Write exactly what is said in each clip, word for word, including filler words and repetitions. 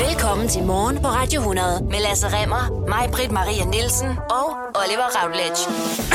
Velkommen til Morgen på Radio hundrede med Lasse Remmer, mig, Britt Maria Nielsen og Oliver Routledge.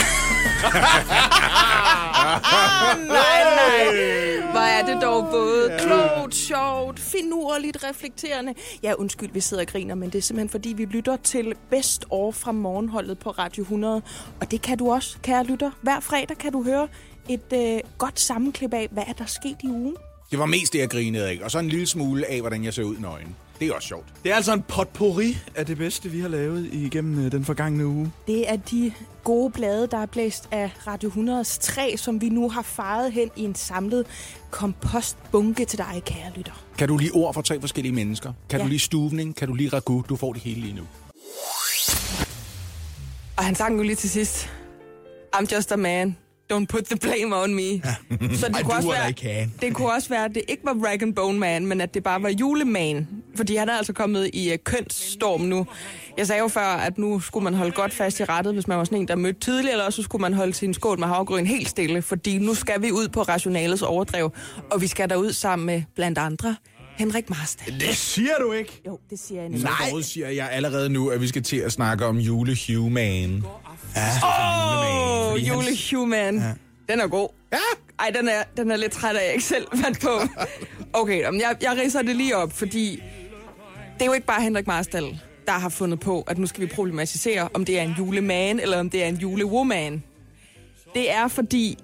nej, nej. Hvor er det dog både klogt, sjovt, finurligt, reflekterende. Ja, undskyld, vi sidder og griner, men det er simpelthen fordi, vi lytter til Best Of fra morgenholdet på Radio hundrede. Og det kan du også, kære lytter. Hver fredag kan du høre et øh, godt sammenklip af, hvad er der sket i ugen. Det var mest det, jeg grinede af, og så en lille smule af, hvordan jeg ser ud nøgen. Det er også sjovt. Det er altså en potpourri af det bedste, vi har lavet igennem øh, den forgangne uge. Det er de gode blade, der er blæst af Radio hundredes træ, som vi nu har faret hen i en samlet kompostbunke til dig, kære lytter. Kan du lide ord for tre forskellige mennesker? Kan Ja. du lide stuvning? Kan du lide ragu? Du får det hele lige nu. Og han sang jo lige til sidst, I'm just a man. Don't put the blame on me. Ja. Så det, Ej, kunne du også er være, der ikke kan. det kunne også være, at det ikke var Rag and Bone Man, men at det bare var Juleman. Fordi han er altså kommet i uh, kønsstorm nu. Jeg sagde jo før, at nu skulle man holde godt fast i rettet, hvis man var sådan en, der mødte tidligere, eller også skulle man holde sin skål med havregryn helt stille, fordi nu skal vi ud på rationalets overdrev, og vi skal derud sammen med blandt andre Henrik Marstal. Det siger du ikke. Jo, det siger jeg nemlig. Nej. Så siger jeg allerede nu, at vi skal til at snakke om julehuman. Ja. Åh, oh, Julehuman. Ja. Den er god. Ja. Ej, den er, den er lidt træt af, jeg ikke selv fandt på. Okay, jeg, jeg ridser det lige op, fordi det er jo ikke bare Henrik Marstal, der har fundet på, at nu skal vi problematisere, om det er en juleman, eller om det er en julewoman. Det er fordi,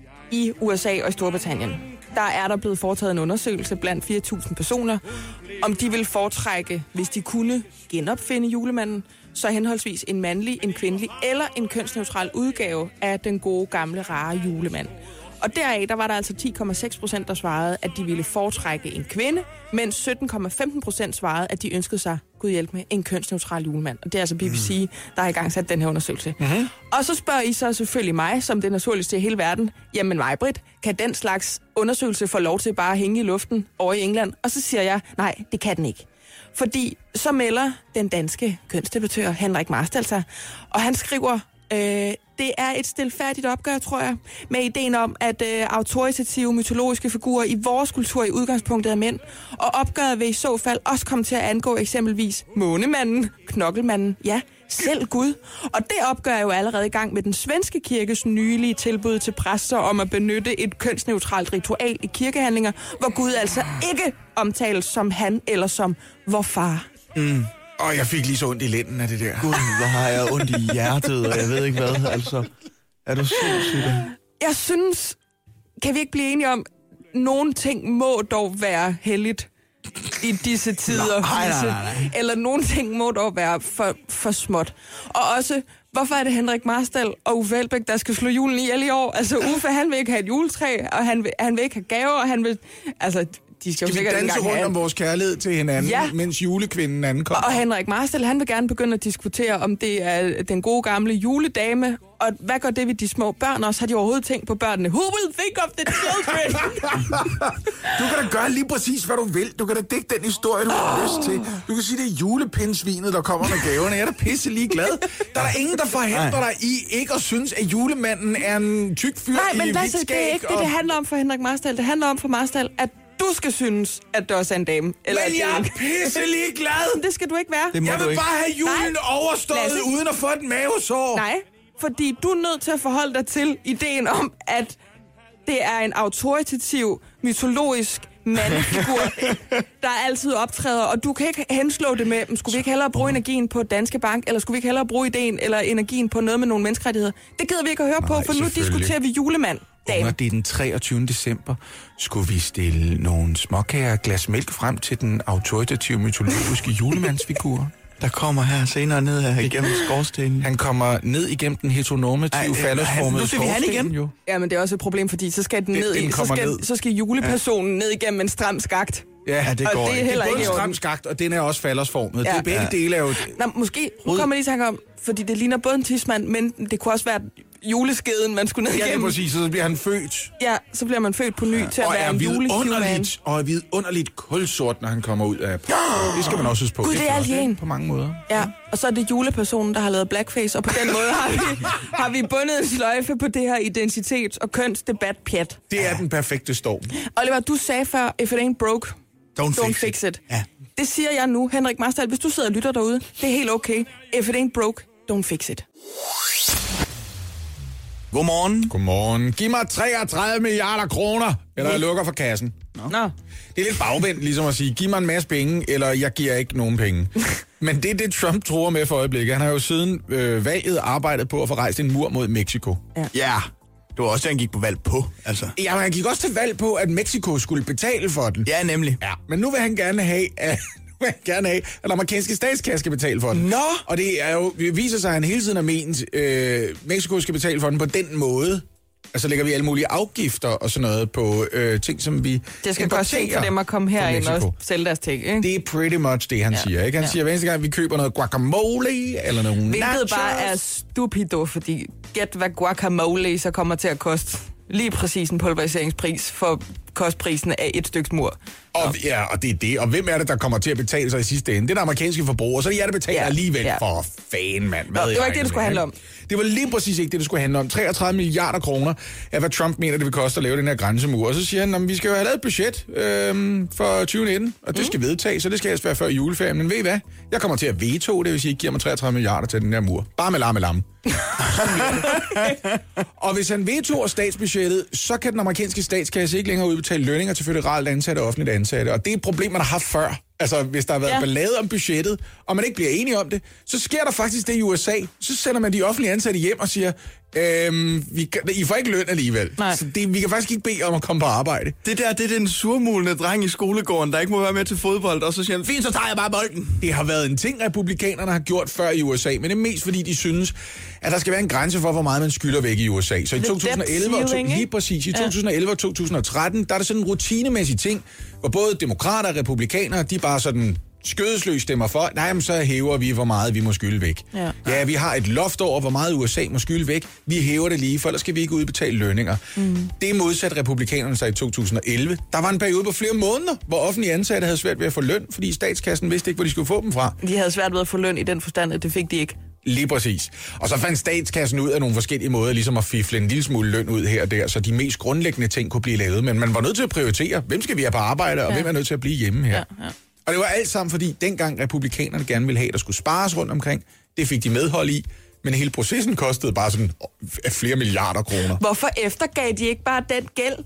i U S A og i Storbritannien, der er der blevet foretaget en undersøgelse blandt fire tusind personer, om de vil foretrække, hvis de kunne genopfinde julemanden, så henholdsvis en mandlig, en kvindelig eller en kønsneutral udgave af den gode, gamle, rare julemand. Og deraf, der var der altså ti komma seks procent, der svarede, at de ville foretrække en kvinde, mens sytten komma femten procent svarede, at de ønskede sig, Gud hjælp med, en kønsneutral julemand. Og det er altså B B C, mm. der har i gang sat den her undersøgelse. Mm-hmm. Og så spørger I så selvfølgelig mig, som det naturligste i hele verden, jamen mig, Britt, kan den slags undersøgelse få lov til bare at hænge i luften over i England? Og så siger jeg, nej, det kan den ikke. Fordi så melder den danske kønsdebattør Henrik Marstal sig, og han skriver, øh, det er et stilfærdigt opgør, tror jeg, med ideen om, at øh, autoritative mytologiske figurer i vores kultur i udgangspunktet er mænd, og opgøret vil i så fald også komme til at angå eksempelvis månemanden, knokkelmanden, ja, selv Gud. Og det opgør er jo allerede i gang med den svenske kirkes nylige tilbud til præster om at benytte et kønsneutralt ritual i kirkehandlinger, hvor Gud altså ikke omtales som han eller som vor far. Mm. Og jeg fik lige så ondt i lænden af det der. Gud, hvor har jeg ondt i hjertet, og jeg ved ikke hvad, altså. Er du sindssygt? Jeg synes, kan vi ikke blive enige om, nogle ting må dog være helligt i disse tider. Nej, nej, nej, nej. Eller nogle ting må dog være for, for småt. Og også, hvorfor er det Henrik Marstal og Uffe Elbæk, der skal slå julen ihjel i år? Altså, Uffe, han vil ikke have et juletræ, og han vil, han vil ikke have gaver, og han vil... Altså, de skal, skal jo vi danse rundt have... om vores kærlighed til hinanden, ja. mens julekvinden ankommer? Og Henrik Marstal, han vil gerne begynde at diskutere, om det er den gode gamle juledame, og hvad gør det ved de små børn også? Har de overhovedet tænkt på børnene? Who will think of the children? Du kan da gøre lige præcis, hvad du vil. Du kan da digte den historie, du har lyst til. Du kan sige, det er julepindsvinet, der kommer med gaverne. Jeg er da pisse lige glad. Der er der ingen, der forhindrer dig i ikke at synes, at julemanden er en tyk fyr Nej, i men hvidt Lasse, det er ikke og... det, det handler om for Henrik Marstal. Det handler om for Marstal, at du skal synes, at du også er en dame. Eller Men jeg er pisse lige glad. Det skal du ikke være. Det må jeg du vil ikke. bare have julen Nej. overstået, Lasse. uden at få et mavesår. Nej, fordi du er nødt til at forholde dig til ideen om, at det er en autoritativ, mytologisk mandefigur, der altid optræder, og du kan ikke henslå det med, skulle vi ikke hellere bruge energien på Danske Bank, eller skulle vi ikke hellere bruge ideen eller energien på noget med nogle menneskerettigheder? Det gider vi ikke at høre på, Nej, for nu diskuterer vi julemand. Unger, det er den treogtyvende december. Skulle vi stille nogle småkager og glas mælk frem til den autoritative mytologiske julemandsfigur? Der kommer her senere ned her igennem skorstenen. Han kommer ned igennem den heteronormative fallosformede nu skal vi have den igen. Jo. Ja, men det er også et problem, fordi så skal den, Den- ned i, den så kommer skal, ned. så skal julepersonen ja. ned igennem en stram skakt. Ja, det Og går det er ikke. heller Det er ikke i både en orden. stram skagt, og den er også fallosformet. Ja. Det er begge Ja. dele er jo... Nå, måske, nu kommer jeg lige i tanke om, fordi det ligner både en tidsmand, men det kunne også være juleskeden, man skulle ned Ja, det er igennem. præcis, så bliver han født. Ja, så bliver man født på ny til at Og være er en julehuman. vidunderligt, og er vidunderligt kulsort, når han kommer ud af... Det skal man også huske på. Gud, det er flot, lige ikke? en. På mange måder. Ja, og så er det julepersonen, der har lavet blackface, og på den måde har vi, har vi bundet en sløjfe på det her identitets- og kønsdebat-pjat. Det er den perfekte storm. Oliver, du sagde før, if it ain't broke, Don't, Don't fix, fix it. it. Ja. Det siger jeg nu, Henrik Marstal. Hvis du sidder og lytter derude, det er helt okay. If it ain't broke, don't fix it. Godmorgen. Godmorgen. Giv mig treogtredive milliarder kroner, eller jeg lukker for kassen. Nå. Det er lidt bagvendt, ligesom at sige, giv mig en masse penge, eller jeg giver ikke nogen penge. Men det er det, Trump tror med for øjeblikket. Han har jo siden øh, valget arbejdet på at få rejst en mur mod Mexico. Ja. Ja, det var også det, han gik på valg på, altså. Ja, men han gik også til valg på, at Mexico skulle betale for den. Ja, nemlig. Ja, men nu vil han gerne have, at, nu vil han gerne have, at den amerikanske statskasse skal betale for den. Nå! Og det er jo, det viser sig, at han hele tiden har ment, øh, Mexico skal betale for den på den måde. Altså lægger vi alle mulige afgifter og sådan noget på øh, ting, som vi Det skal koste ting for dem at komme herind og sælge deres ting, ikke? Det er pretty much det, han ja. siger. Ikke? Han ja. siger, at hver eneste gang, vi køber noget guacamole eller noget Hvilket nachos. bare er stupido, fordi gæt hvad guacamole så kommer til at koste lige præcis en pulveriseringspris for kostprisen af et stykke mur. Og, ja, og det er det. Og hvem er det, der kommer til at betale sig i sidste ende? Det er den amerikanske forbruger, så det er jer, der betaler ja. alligevel ja. for fan, mand. Nå, det var ikke det, det skulle handle om. Det var lige præcis ikke det, det skulle handle om. treogtredive milliarder kroner er, hvad Trump mener, det vil koste at lave den her grænsemur. Og så siger han, at vi skal jo have lavet et budget øhm, for tyve nitten, og det mm. skal vedtages, så det skal helst være før juleferien. Men ved I hvad? Jeg kommer til at veto, det vil sige, at I giver mig treogtredive milliarder til den her mur. Bare med larme lam. Og hvis han vetoer statsbudgettet, så kan den amerikanske statskasse ikke længere udbetale lønninger til føderalt ansatte og offentligt ansatte. Og det er et problem, man har haft før. Altså, hvis der har været ja. ballade om budgettet, og man ikke bliver enige om det, så sker der faktisk det i U S A. Så sender man de offentlige ansatte hjem og siger, øhm, vi, I får ikke løn alligevel. Nej. Så det, vi kan faktisk ikke bede om at komme på arbejde. Det der, det er den surmulende dreng i skolegården, der ikke må være med til fodbold, og så siger han, fint, så tager jeg bare bolden. Det har været en ting, republikanerne har gjort før i U S A, men det er mest fordi, de synes, at der skal være en grænse for, hvor meget man skylder væk i U S A. Så i to tusind og elleve, og to, lige præcis, i to tusind og elleve og to tusind og tretten, der er der sådan en rutinemæssig ting, hvor både demokrater og republikanere, de bare sådan skødesløst stemmer for, nej, men så hæver vi, hvor meget vi må skylde væk. Ja. ja, vi har et loft over, hvor meget U S A må skylde væk. Vi hæver det lige, for ellers skal vi ikke udbetale lønninger. Mm. Det er modsat republikanerne sig i to tusind og elleve. Der var en periode på flere måneder, hvor offentlige ansatte havde svært ved at få løn, fordi statskassen vidste ikke, hvor de skulle få dem fra. De havde svært ved at få løn i den forstand, at det fik de ikke. Lige præcis. Og så fandt statskassen ud af nogle forskellige måder, ligesom at fifle en lille smule løn ud her og der, så de mest grundlæggende ting kunne blive lavet. Men man var nødt til at prioritere, hvem skal vi have på arbejde, og ja. hvem er nødt til at blive hjemme her. Ja, ja. Og det var alt sammen, fordi dengang republikanerne gerne ville have, at der skulle spares rundt omkring. Det fik de medhold i, men hele processen kostede bare sådan flere milliarder kroner. Hvorfor eftergav de ikke bare den gæld?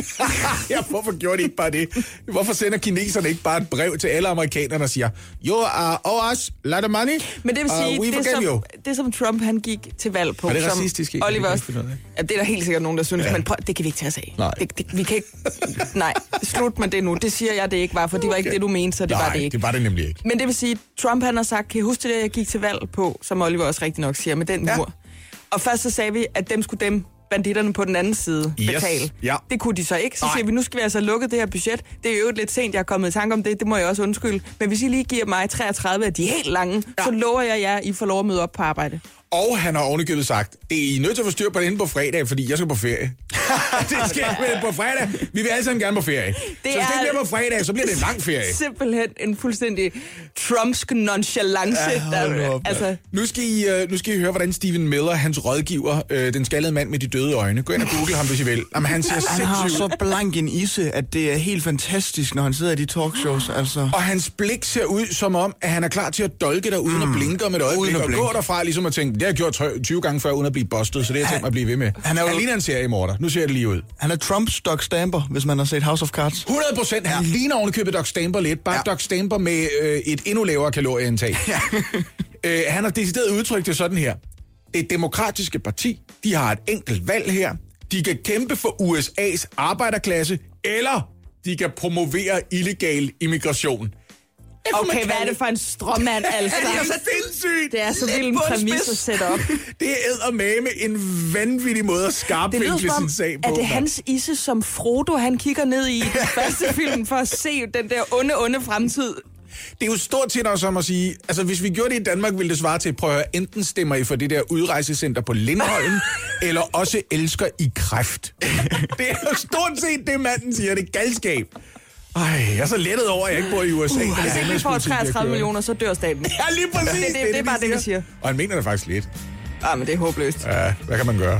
Ja, hvorfor gjorde de ikke bare det? Hvorfor sender kineserne ikke bare et brev til alle amerikanerne og siger, you are owe us a lot of money, men det vil sige, uh, det, som, det som Trump han gik til valg på, er det som racistisk? Oliver også, ja, det er der helt sikkert nogen, der synes, ja. men prøv, det kan vi ikke tage os af. Nej. Det, det, vi kan ikke, nej, slut med det nu. Det siger jeg, det ikke var, for det var ikke det, du mente, så det nej, var det ikke. det var det nemlig ikke. Men det vil sige, Trump han har sagt, kan I huske det, jeg gik til valg på, som Oliver også rigtig nok siger, med den ja. mur. Og først så sagde vi, at dem skulle dem banditterne på den anden side yes. betale. Ja. Det kunne de så ikke. Så Nej. siger vi, nu skal vi altså lukke det her budget. Det er jo lidt sent, jeg er kommet i tanke om det. Det må jeg også undskylde. Men hvis I lige giver mig treogtredive af de helt lange, ja. så lover jeg jer, I får lov at møde op på arbejde. Og han har ovenikøbet sagt, det er I nødt til at få styr på det inde på fredag, fordi jeg skal på ferie. Det skal jeg på fredag. Vi vil alle sammen gerne på ferie. Det så hvis det ikke bliver på fredag, så bliver det en lang ferie. Simpelthen en fuldstændig trumpsk nonchalance. Ja, der, altså. nu, skal I, uh, nu skal I høre, hvordan Stephen Miller, hans rådgiver, uh, den skaldede mand med de døde øjne. Gå ind og google ham, hvis I vil. Jamen, han siger han har så blank en isse, at det er helt fantastisk, når han sidder i de talkshows. Altså. Og hans blik ser ud som om, at han er klar til at dolke dig uden mm. at blinke om et øjeblik. Og gå derfra ligesom at tænke, det har jeg gjort tyve gange før, uden at blive bustet, så det er jeg tænkt mig at blive ved med. Han, er jo... han ligner en seriemorder. Nu ser det lige ud. Han er Trumps Doc Stamper, hvis man har set House of Cards. hundrede procent. Han ja. ligner ovenikøbet Doc Stamper lidt. Bare ja. Doc Stamper med øh, et endnu lavere kalorieindtag. Ja. øh, han har decideret udtrykt det sådan her. Det demokratiske parti, de har et enkelt valg her. De kan kæmpe for U S A's arbejderklasse, eller de kan promovere illegal immigration. Okay, hvad er det for en stråmand, altså? Det er så sindssygt. Det er så vild en præmis at sætte op. Det er eddermame en vanvittig måde at skarpvinkle sin sag på. Er det hans isse, som Frodo han kigger ned i i den første film, for at se den der onde, onde fremtid? Det er jo stort set også som at sige, altså hvis vi gjorde det i Danmark, ville det svare til, prøv at høre, enten stemmer I for det der udrejsecenter på Lindholm, eller også elsker I kræft. Det er jo stort set det, manden siger, det er galskab. Ej, jeg er så lettet over, at jeg ikke bor i U S A. Uh, hvis ikke vi får treogtredive millioner, så dør staten. Ja, lige præcis. Det, det, det, det er bare det, vi siger. Og han mener det faktisk lidt. Ah, men det er håbløst. Ja, hvad kan man gøre?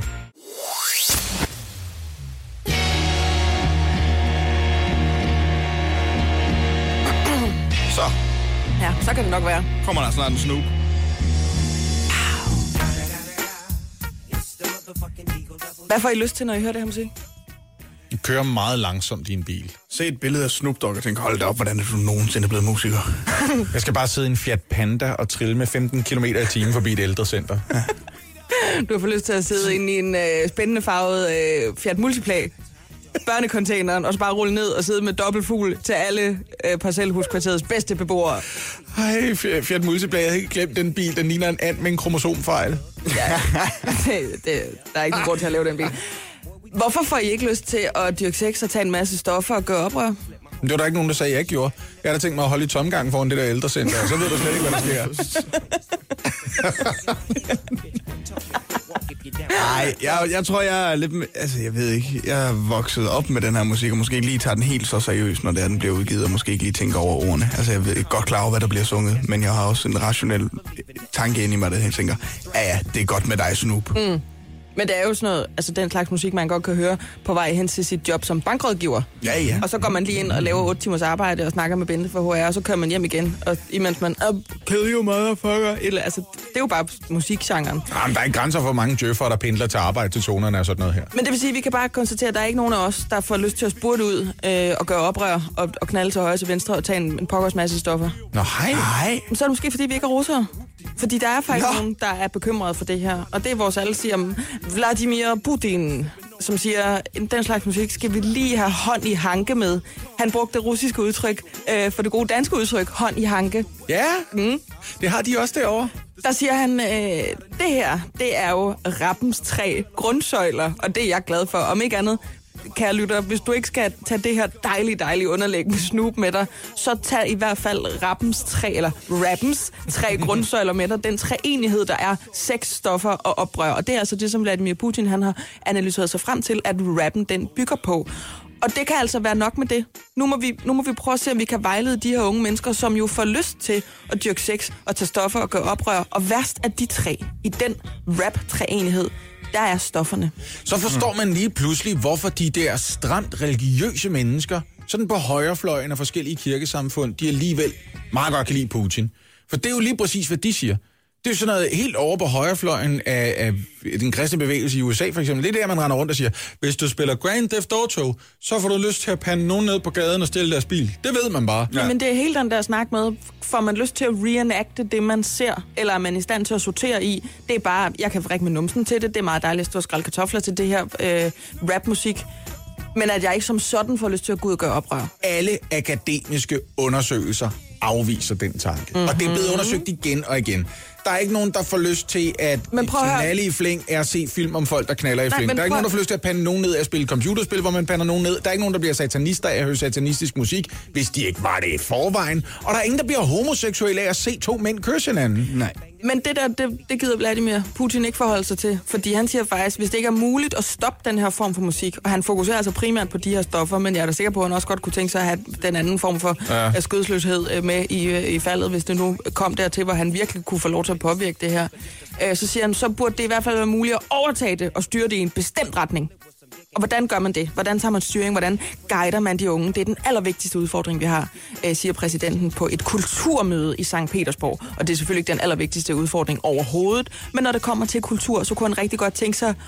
Så kan det nok være. Kommer der snart en Snoop. Hvad får I lyst til, når I hører det her musik? Du kører meget langsomt i en bil. Se et billede af Snoop Dogg og tænke, hold da op, hvordan er du nogensinde blevet musiker? Jeg skal bare sidde i en Fiat Panda og trille med femten kilometer i timen forbi et ældrecenter. Du har fået lyst til at sidde inde i en øh, spændende farvet øh, Fiat Multipla, børnecontaineren, og så bare rulle ned og sidde med dobbeltfugl til alle øh, parcelhuskvarterets bedste beboere. Ej, Fiat Multipla, jeg havde ikke glemt den bil. Den ligner en and med en kromosomfejl. Ja, det, det, der er ikke nogen grund til at lave den bil. Hvorfor får I ikke lyst til at dyrke sex og tage en masse stoffer og gøre oprør? Det var der ikke nogen, der sagde, jeg ikke gjorde. Jeg havde tænkt mig at holde i tomgang foran det der ældrecenter, og så ved du slet ikke, hvad der sker. Nej, jeg, jeg tror, jeg er lidt... Altså, jeg ved ikke. Jeg er vokset op med den her musik, og måske ikke lige tager den helt så seriøst, når det er, den bliver udgivet, og måske ikke lige tænker over ordene. Altså, jeg ved godt klar over, hvad der bliver sunget, men jeg har også en rationel tanke ind i mig, der jeg tænker, ja, ja, det er godt med dig, Snoop. Mm. Men det er jo sådan noget, altså den slags musik, man godt kan høre på vej hen til sit job som bankrådgiver. Ja, ja. Og så går man lige ind og laver otte timers arbejde og snakker med Bente fra H R, og så kører man hjem igen, og imens man, oh, kill you motherfucker, eller, altså, det er jo bare musikgenren. Jamen, der er ikke grænser for mange djøffere, der pendler til arbejde til tonerne og sådan noget her. Men det vil sige, at vi kan bare konstatere, at der er ikke nogen af os, der får lyst til at spurte ud øh, og gøre oprør og, og knalde til højre til venstre og tage en, en pokkers masse stoffer. Nå, hej. Nej. Så er det måske, fordi vi ikke er russere. Fordi der er faktisk Nå. nogen, der er bekymrede for det her. Og det er vores alle siger om Vladimir Putin, som siger, den slags musik skal vi lige have hånd i hanke med. Han brugte det russiske udtryk øh, for det gode danske udtryk, hånd i hanke. Ja, mm. det har de også derovre. Der siger han, øh, det her, det er jo rappens tre grundsøjler, og det er jeg glad for. Om ikke andet, kære lytter, hvis du ikke skal tage det her dejlige, dejlige underlæg med Snoop med dig, så tag i hvert fald rappens tre, eller rappens tre grundsøjler med dig. Den treenighed, der er sex, stoffer og oprør. Og det er altså det, som Vladimir Putin han har analyseret sig frem til, at rappen den bygger på. Og det kan altså være nok med det. Nu må, vi, nu må vi prøve at se, om vi kan vejlede de her unge mennesker, som jo får lyst til at dyrke sex og tage stoffer og gøre oprør. Og værst af de tre, i den rap-treenighed, der er stofferne. Så forstår man lige pludselig, hvorfor de der stramt religiøse mennesker, sådan på højrefløjen af forskellige kirkesamfund, de alligevel meget godt kan lide Putin. For det er jo lige præcis, hvad de siger. Det er jo sådan noget helt over på højrefløjen af, af den kristne bevægelse i U S A, for eksempel. Det er der, man render rundt og siger, hvis du spiller Grand Theft Auto, så får du lyst til at pande nogen ned på gaden og stille deres bil. Det ved man bare. Ja. Men det er helt den der snak med, får man lyst til at reenacte det, man ser, eller er man i stand til at sortere i. Det er bare, jeg kan vrikke med numsen til det, det er meget dejligt at stå og skrælle kartofler til det her øh, rapmusik. Men at jeg ikke som sådan får lyst til at gå ud og gøre oprør. Alle akademiske undersøgelser afviser den tanke. Mm-hmm. Og det er blevet undersøgt igen og igen. Der er ikke nogen, der får lyst til at knalde i flæng er at se film om folk, der knaller i flæng. Der er ikke nogen, der får lyst til at pande nogen ned af at spille computerspil, hvor man pander nogen ned. Der er ikke nogen, der bliver satanister af at høre satanistisk musik, hvis de ikke var det i forvejen. Og der er ingen, der bliver homoseksuelle af at se to mænd kysse hinanden. Nej. Men det der, det, det gider Vladimir Putin ikke forholde sig til, fordi han siger faktisk, hvis det ikke er muligt at stoppe den her form for musik, og han fokuserer altså primært på de her stoffer, men jeg er da sikker på, at han også godt kunne tænke sig at have den anden form for ja. skødesløshed med i, i faldet, hvis det nu kom dertil, hvor han virkelig kunne få lov til at påvirke det her. Så siger han, så burde det i hvert fald være muligt at overtage det og styre det i en bestemt retning. Og hvordan gør man det? Hvordan tager man styring? Hvordan guider man de unge? Det er den allervigtigste udfordring, vi har, siger præsidenten på et kulturmøde i Sankt Petersborg. Og det er selvfølgelig ikke den allervigtigste udfordring overhovedet. Men når det kommer til kultur, så kunne han rigtig godt tænke sig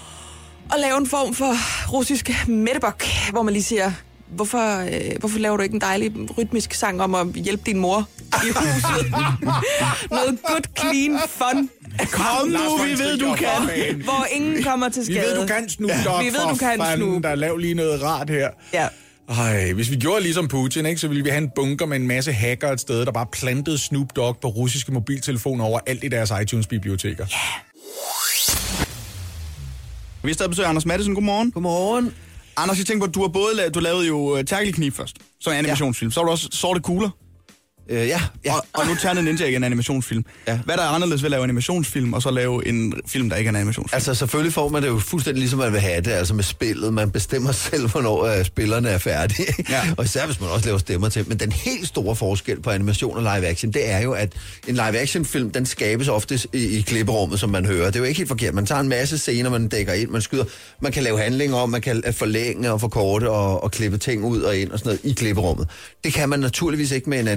at lave en form for russisk mættebok, hvor man lige siger, hvorfor, øh, hvorfor laver du ikke en dejlig rytmisk sang om at hjælpe din mor i huset? Noget good, clean, fun. Kom nu, vi ved, du kan. Hvor ingen kommer til skade. Vi ved, du kan, Snoop Dogg. Vi ved, du kan, Snoop. Der lav lige noget rart her. Ja. Ej, hvis vi gjorde ligesom Putin, ikke, så ville vi have en bunker med en masse hacker et sted, der bare plantede Snoop Dogg på russiske mobiltelefoner over alt i deres iTunes-biblioteker. Ja. Yeah. Vi er stadig besøg Anders Mattesen. Godmorgen. Godmorgen. Anders, jeg tænker på, at du har både lavet, du lavede jo uh, Tærkelkniv først, som animationsfilm. Ja. Så har du også Sorte Kugler. Øh, ja, ja. Og, og nu Ternet Ninja igen en animationsfilm. Ja. Hvad der er anderledes ved at lave animationsfilm, og så lave en film, der ikke er en animationsfilm? Altså selvfølgelig får man det jo fuldstændig ligesom man vil have det, altså med spillet. Man bestemmer selv, hvornår uh, spillerne er færdige. Ja. Og især hvis man også laver stemmer til. Men den helt store forskel på animation og live action, det er jo, at en live action film, den skabes ofte i, i klipperummet, som man hører. Det er jo ikke helt forkert. Man tager en masse scener, man dækker ind, man skyder. Man kan lave handlinger om, man kan forlænge og forkorte og, og klippe ting ud og ind og sådan noget i klipperummet. Det kan man naturligvis ikke med en animation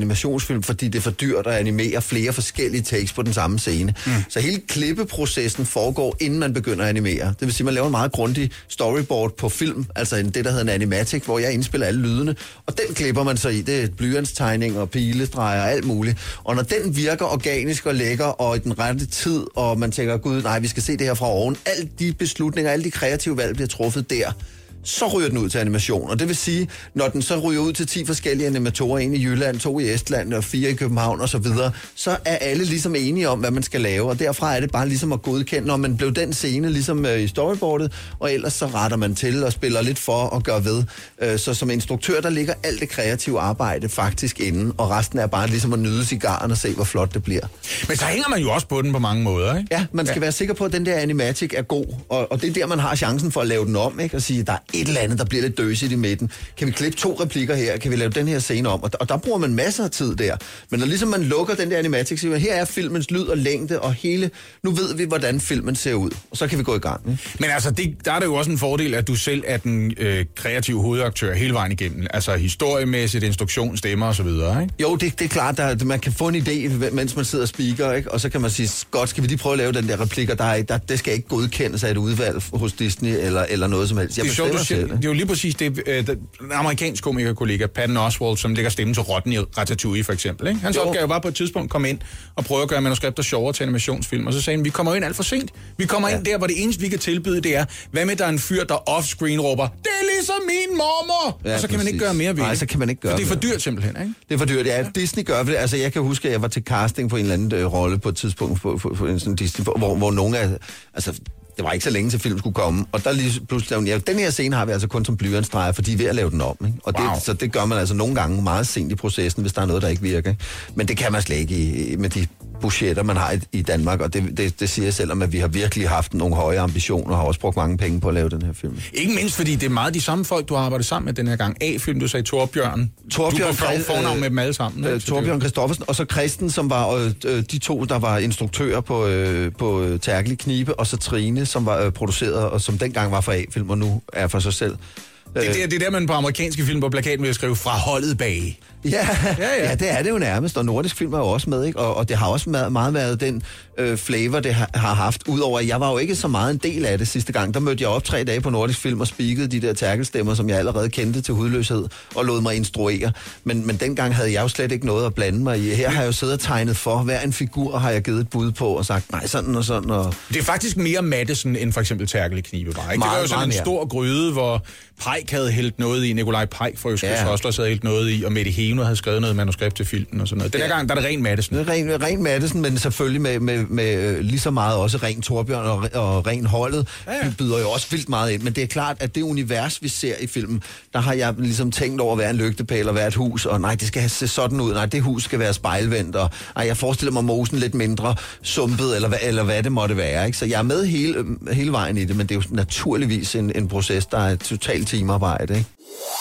animationsfilm, fordi det er for dyrt at animere flere forskellige takes på den samme scene. Mm. Så hele klippeprocessen foregår, inden man begynder at animere. Det vil sige, at man laver en meget grundig storyboard på film, altså det, der hedder en animatic, hvor jeg indspiller alle lydene, og den klipper man så i. Det er blyantstegning og pilestreger og alt muligt. Og når den virker organisk og lækker, og i den rette tid, og man tænker, gud, nej, vi skal se det her fra oven, alle de beslutninger, alle de kreative valg bliver truffet der, så ryger den ud til animation. Og det vil sige, når den så ryger ud til ti forskellige animatorer, en i Jylland, to i Estland og fire i København og så videre, så er alle ligesom enige om, hvad man skal lave. Og derfra er det bare ligesom at godkende, når man blev den scene ligesom øh, i storyboardet, og ellers så retter man til og spiller lidt for og gør ved. Øh, så som instruktør, der ligger alt det kreative arbejde faktisk inden, og resten er bare ligesom at nyde cigaren og se, hvor flot det bliver. Men så hænger man jo også på den på mange måder, ikke? Ja, man skal ja. være sikker på, at den der animatic er god, og, og det er der, man har chancen for at lave den om, ikke? Og sige, der er et eller andet, der bliver lidt døsigt i midten. Kan vi klippe to replikker her? Kan vi lave den her scene om? Og, og der bruger man masser af tid der. Men når ligesom man lukker den der animatic, så her er filmens lyd og længde og hele... Nu ved vi, hvordan filmen ser ud. Og så kan vi gå i gang. Ikke? Men altså, det, der er det jo også en fordel, at du selv er den øh, kreative hovedaktør hele vejen igennem. Altså historiemæssigt, instruktion, stemmer og så videre, ikke? Jo, det, det er klart, at man kan få en idé, mens man sidder og speaker, ikke? Og så kan man sige, godt, skal vi lige prøve at lave den der replikker, der, er, der det skal ikke godkendes af et udvalg hos Disney eller, eller noget som helst. Jeg det, er sjovt, selv, det er jo lige præcis det, øh, den amerikanske komikerkollega Patton Oswalt, som lægger stemme til rotten i Ratatouille for eksempel. Ikke? Hans jo. opgave var på et tidspunkt at komme ind og prøve at gøre manuskripter sjovere til animationsfilm. Og så sagde han, vi kommer ind alt for sent. Vi kommer ja. ind der, hvor det eneste, vi kan tilbyde, det er, hvad med der er en fyr, der off-screen råber, det er ligesom min mormor! Ja, og så kan præcis. man ikke gøre mere ved Nej, så kan man ikke gøre for det er for dyrt simpelthen, ikke? Det er for dyrt, ja. ja. Disney gør det. Altså, jeg kan huske, at jeg var til casting på en eller anden øh, rolle på et tidspunkt på, på, på en sådan Disney, hvor, hvor nogle af... Altså, det var ikke så længe til film skulle komme, og der lige pludselig, ja, den her scene har vi altså kun som blyantstreger, fordi vi er ved at lave den om, ikke? Og wow. det, så det gør man altså nogle gange meget sent i processen, hvis der er noget, der ikke virker. Ikke? Men det kan man slet ikke i, med de budgetter, man har i, i Danmark, og det, det, det siger jeg selv, at vi har virkelig haft nogle høje ambitioner, og har også brugt mange penge på at lave den her film. Ikke mindst, fordi det er meget de samme folk, du har arbejdet sammen med den her gang. A-film, du sagde Torbjørn. Torbjørn, du får fornavn med dem alle sammen. Øh, Torbjørn Christoffersen, og så Kristen, som var øh, de to, der var instruktører på, øh, på Terkel Knibe, og så Trine, som var øh, produceret, og som dengang var for A-film, og nu er for sig selv. Det, det, det er der, man på amerikanske film på plakaten vil skrive fra holdet bag. Ja, ja, ja. ja, det er det jo nærmest, og nordisk film er jo også med, ikke? Og, og det har også meget, meget været den øh, flavor, det har, har haft, udover at jeg var jo ikke så meget en del af det sidste gang. Der mødte jeg op tre dage på nordisk film og speakede de der tærkelstemmer, som jeg allerede kendte til hudløshed, og lod mig instruere. Men, men dengang havde jeg jo slet ikke noget at blande mig i. Her har jeg jo siddet og tegnet for, hver en figur har jeg givet et bud på, og sagt, nej, sådan og sådan. Og... Det er faktisk mere Madison, end for eksempel Terkel Knibe var, ikke? Meget, det var jo sådan en stor gryde, hvor Pike havde hældt noget i, Nikolaj Pike fra Jyske ja. Hostlers havde hældt noget i, og Mette Heno havde skrevet noget manuskript til filmen og sådan noget. Den her ja. gang, der er det ren Madison. Det er ren, ren Madison, men selvfølgelig med, med, med lige så meget også ren Torbjørn og, og ren holdet. Ja, ja. Det byder jo også vildt meget ind, men det er klart, at det univers, vi ser i filmen, der har jeg ligesom tænkt over at være en lygtepæl og være et hus, og nej, det skal se sådan ud, nej, det hus skal være spejlvendt, og nej, jeg forestiller mig mosen lidt mindre sumpet, eller, eller hvad det måtte være, ikke? Så jeg er med hele, hele vejen i det, men det er jo naturligvis en, en proces, der er totalt teamarbejde, ikke?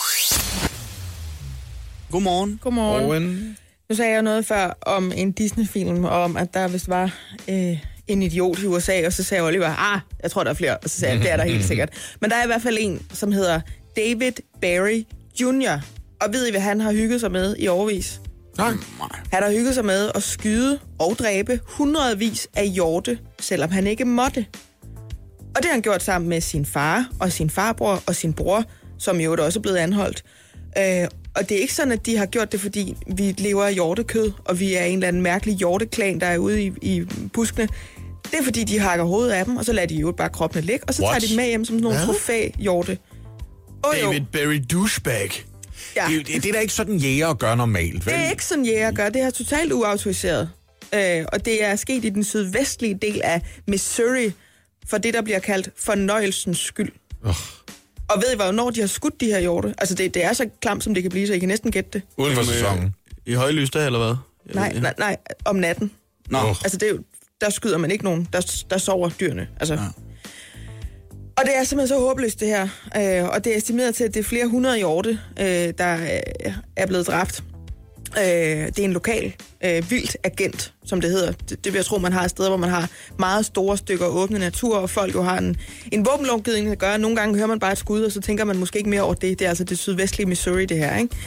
Godmorgen. Godmorgen. Owen. Nu sagde jeg noget før om en Disney-film, om at der vist var øh, en idiot i U S A, og så sagde Oliver, ah, jeg tror, der er flere, og så sagde jeg, det er der helt sikkert. Men der er i hvert fald en, som hedder David Barry junior Og ved I, hvad han har hygget sig med i årevis? Nej. Han har hygget sig med at skyde og dræbe hundredvis af hjorte, selvom han ikke måtte. Og det har han gjort sammen med sin far og sin farbror og sin bror, som jo også er blevet anholdt. Øh, og det er ikke sådan, at de har gjort det, fordi vi lever af hjortekød, og vi er en eller anden mærkelig hjorteklan, der er ude i, i buskene. Det er, fordi de hakker hovedet af dem, og så lader de jo bare kroppene ligge, og så What? tager de dem med hjem som sådan nogle trofæ-hjorte. Oh, David Barry douchebag. Ja. Det, det, det er da ikke sådan, jæger gør normalt, vel? Det er ikke sådan, jæger gør. Det er totalt uautoriseret. Øh, og det er sket i den sydvestlige del af Missouri, for det, der bliver kaldt fornøjelsens skyld. Uh. Og ved I, hvornår de har skudt de her hjorte? Altså, det, det er så klamt, som det kan blive, så I kan næsten gætte det. Uden for sæsonen. I højlys der, eller hvad? Nej, nej, nej, om natten. Nå. Altså, det er jo, der skyder man ikke nogen. Der, der sover dyrene. Altså. Ja. Og det er simpelthen så håbløst, det her. Øh, og det er estimeret til, at det er flere hundrede hjorte, øh, der øh, er blevet dræbt. Øh, det er en lokal øh, vildt agent, som det hedder. Det, det vil jeg tro, man har et sted, hvor man har meget store stykker åbne natur, og folk jo har en, en våbenlovgivning at gøre. Nogle gange hører man bare et skud, og så tænker man måske ikke mere over det. Det er altså det sydvestlige Missouri, det her, ikke?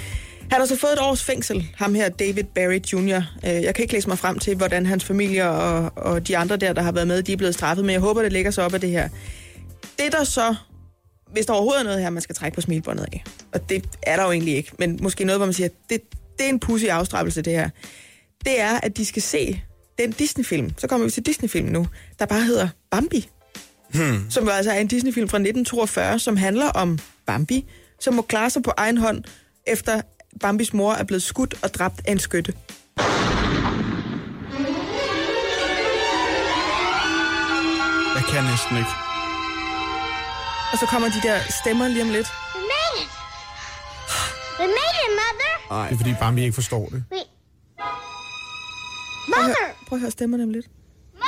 Han har så fået et års fængsel, ham her David Barry junior Jeg kan ikke læse mig frem til, hvordan hans familie og, og de andre der, der har været med, de er blevet straffet, men jeg håber, det ligger så op af det her. Det der så, hvis der overhovedet er noget her, man skal trække på smilbåndet af, og det er der jo egentlig ikke, men måske noget, hvor man siger, det, det er en pudsig afstraffelse, det her, det er, at de skal se den Disney-film, så kommer vi til Disney-film nu, der bare hedder Bambi. Hmm. Som jo altså er en Disney-film fra nitten toogfyrre, som handler om Bambi, som må klare sig på egen hånd, efter Bambis mor er blevet skudt og dræbt af en skytte. Jeg kan næsten ikke. Og så kommer de der stemmer lige om lidt. We made it! We made it, Mother! Det er fordi Bambi ikke forstår det. Wait. Prøv at Mother! høre, prøv at høre stemmerne om lidt.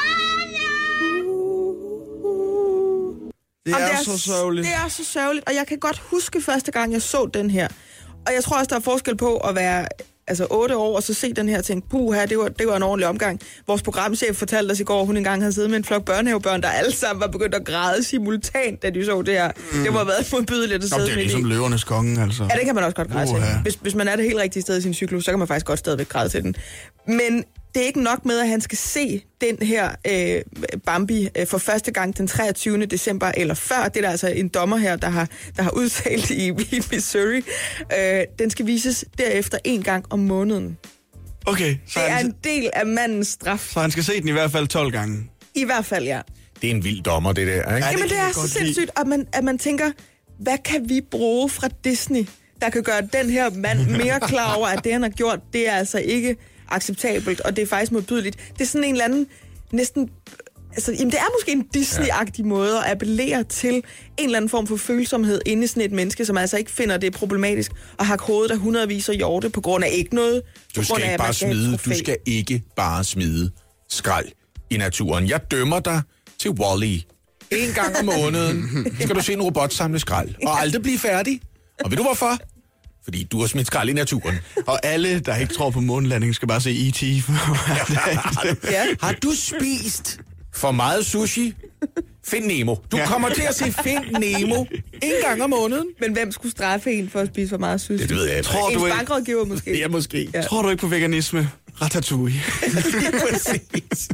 Det er, Jamen, det er så sørgeligt. Det er så sørgeligt, og jeg kan godt huske første gang, jeg så den her. Og jeg tror også, der er forskel på at være altså otte år, og så se den her og tænke, puha, det var, det var en ordentlig omgang. Vores programchef fortalte os i går, at hun engang havde siddet med en flok børnehavebørn, der alle sammen var begyndt at græde simultant, da de så det her. Mm. Det må have været modbydeligt at sidde med det. Det er ligesom i. Løvernes konge, altså. Ja, det kan man også godt græde uh, til. Hvis, hvis man er det helt rigtige sted i sin cyklus, så kan man faktisk godt stadigvæk græde til den. Men det er ikke nok med, at han skal se den her øh, Bambi øh, for første gang den treogtyvende december, eller før. Det er der altså en dommer her, der har, der har udtalt i, i Missouri. Øh, den skal vises derefter en gang om måneden. Okay. Så Det er han, en del af mandens straf. så han skal se den i hvert fald tolv gange. I hvert fald, ja. Det er en vild dommer, det der, ikke? Ja, Jamen, det det kan er jeg så godt sindssygt, at man, at man tænker, hvad kan vi bruge fra Disney, der kan gøre den her mand mere klar over, at det, han har gjort, det er altså ikke acceptabelt, og det er faktisk modbydeligt. Det er sådan en eller anden, næsten, altså, jamen, det er måske en Disney-agtig måde at appellere til en eller anden form for følsomhed inde i sådan et menneske, som altså ikke finder det problematisk at hakke hovedet af hundredvis af hjorte på grund af ikke noget. Du skal ikke bare smide, du skal ikke bare smide skrald i naturen. Jeg dømmer dig til Wall-E. En gang om måneden skal du se en robot samle skrald, og aldrig blive færdig. Og ved du hvorfor? Fordi du har smidt skrald i naturen. Og alle, der ikke tror på månelanding, skal bare se E T Ja. Har du spist for meget sushi? Find Nemo. Du kommer til at se Find Nemo en gang om måneden. Men hvem skulle straffe en for at spise for meget sushi? Det ved jeg ikke. Tror En du ikke, bankrådgiver måske. Ja, måske. Ja. tror du ikke på veganisme? Ratatouille. Præcis.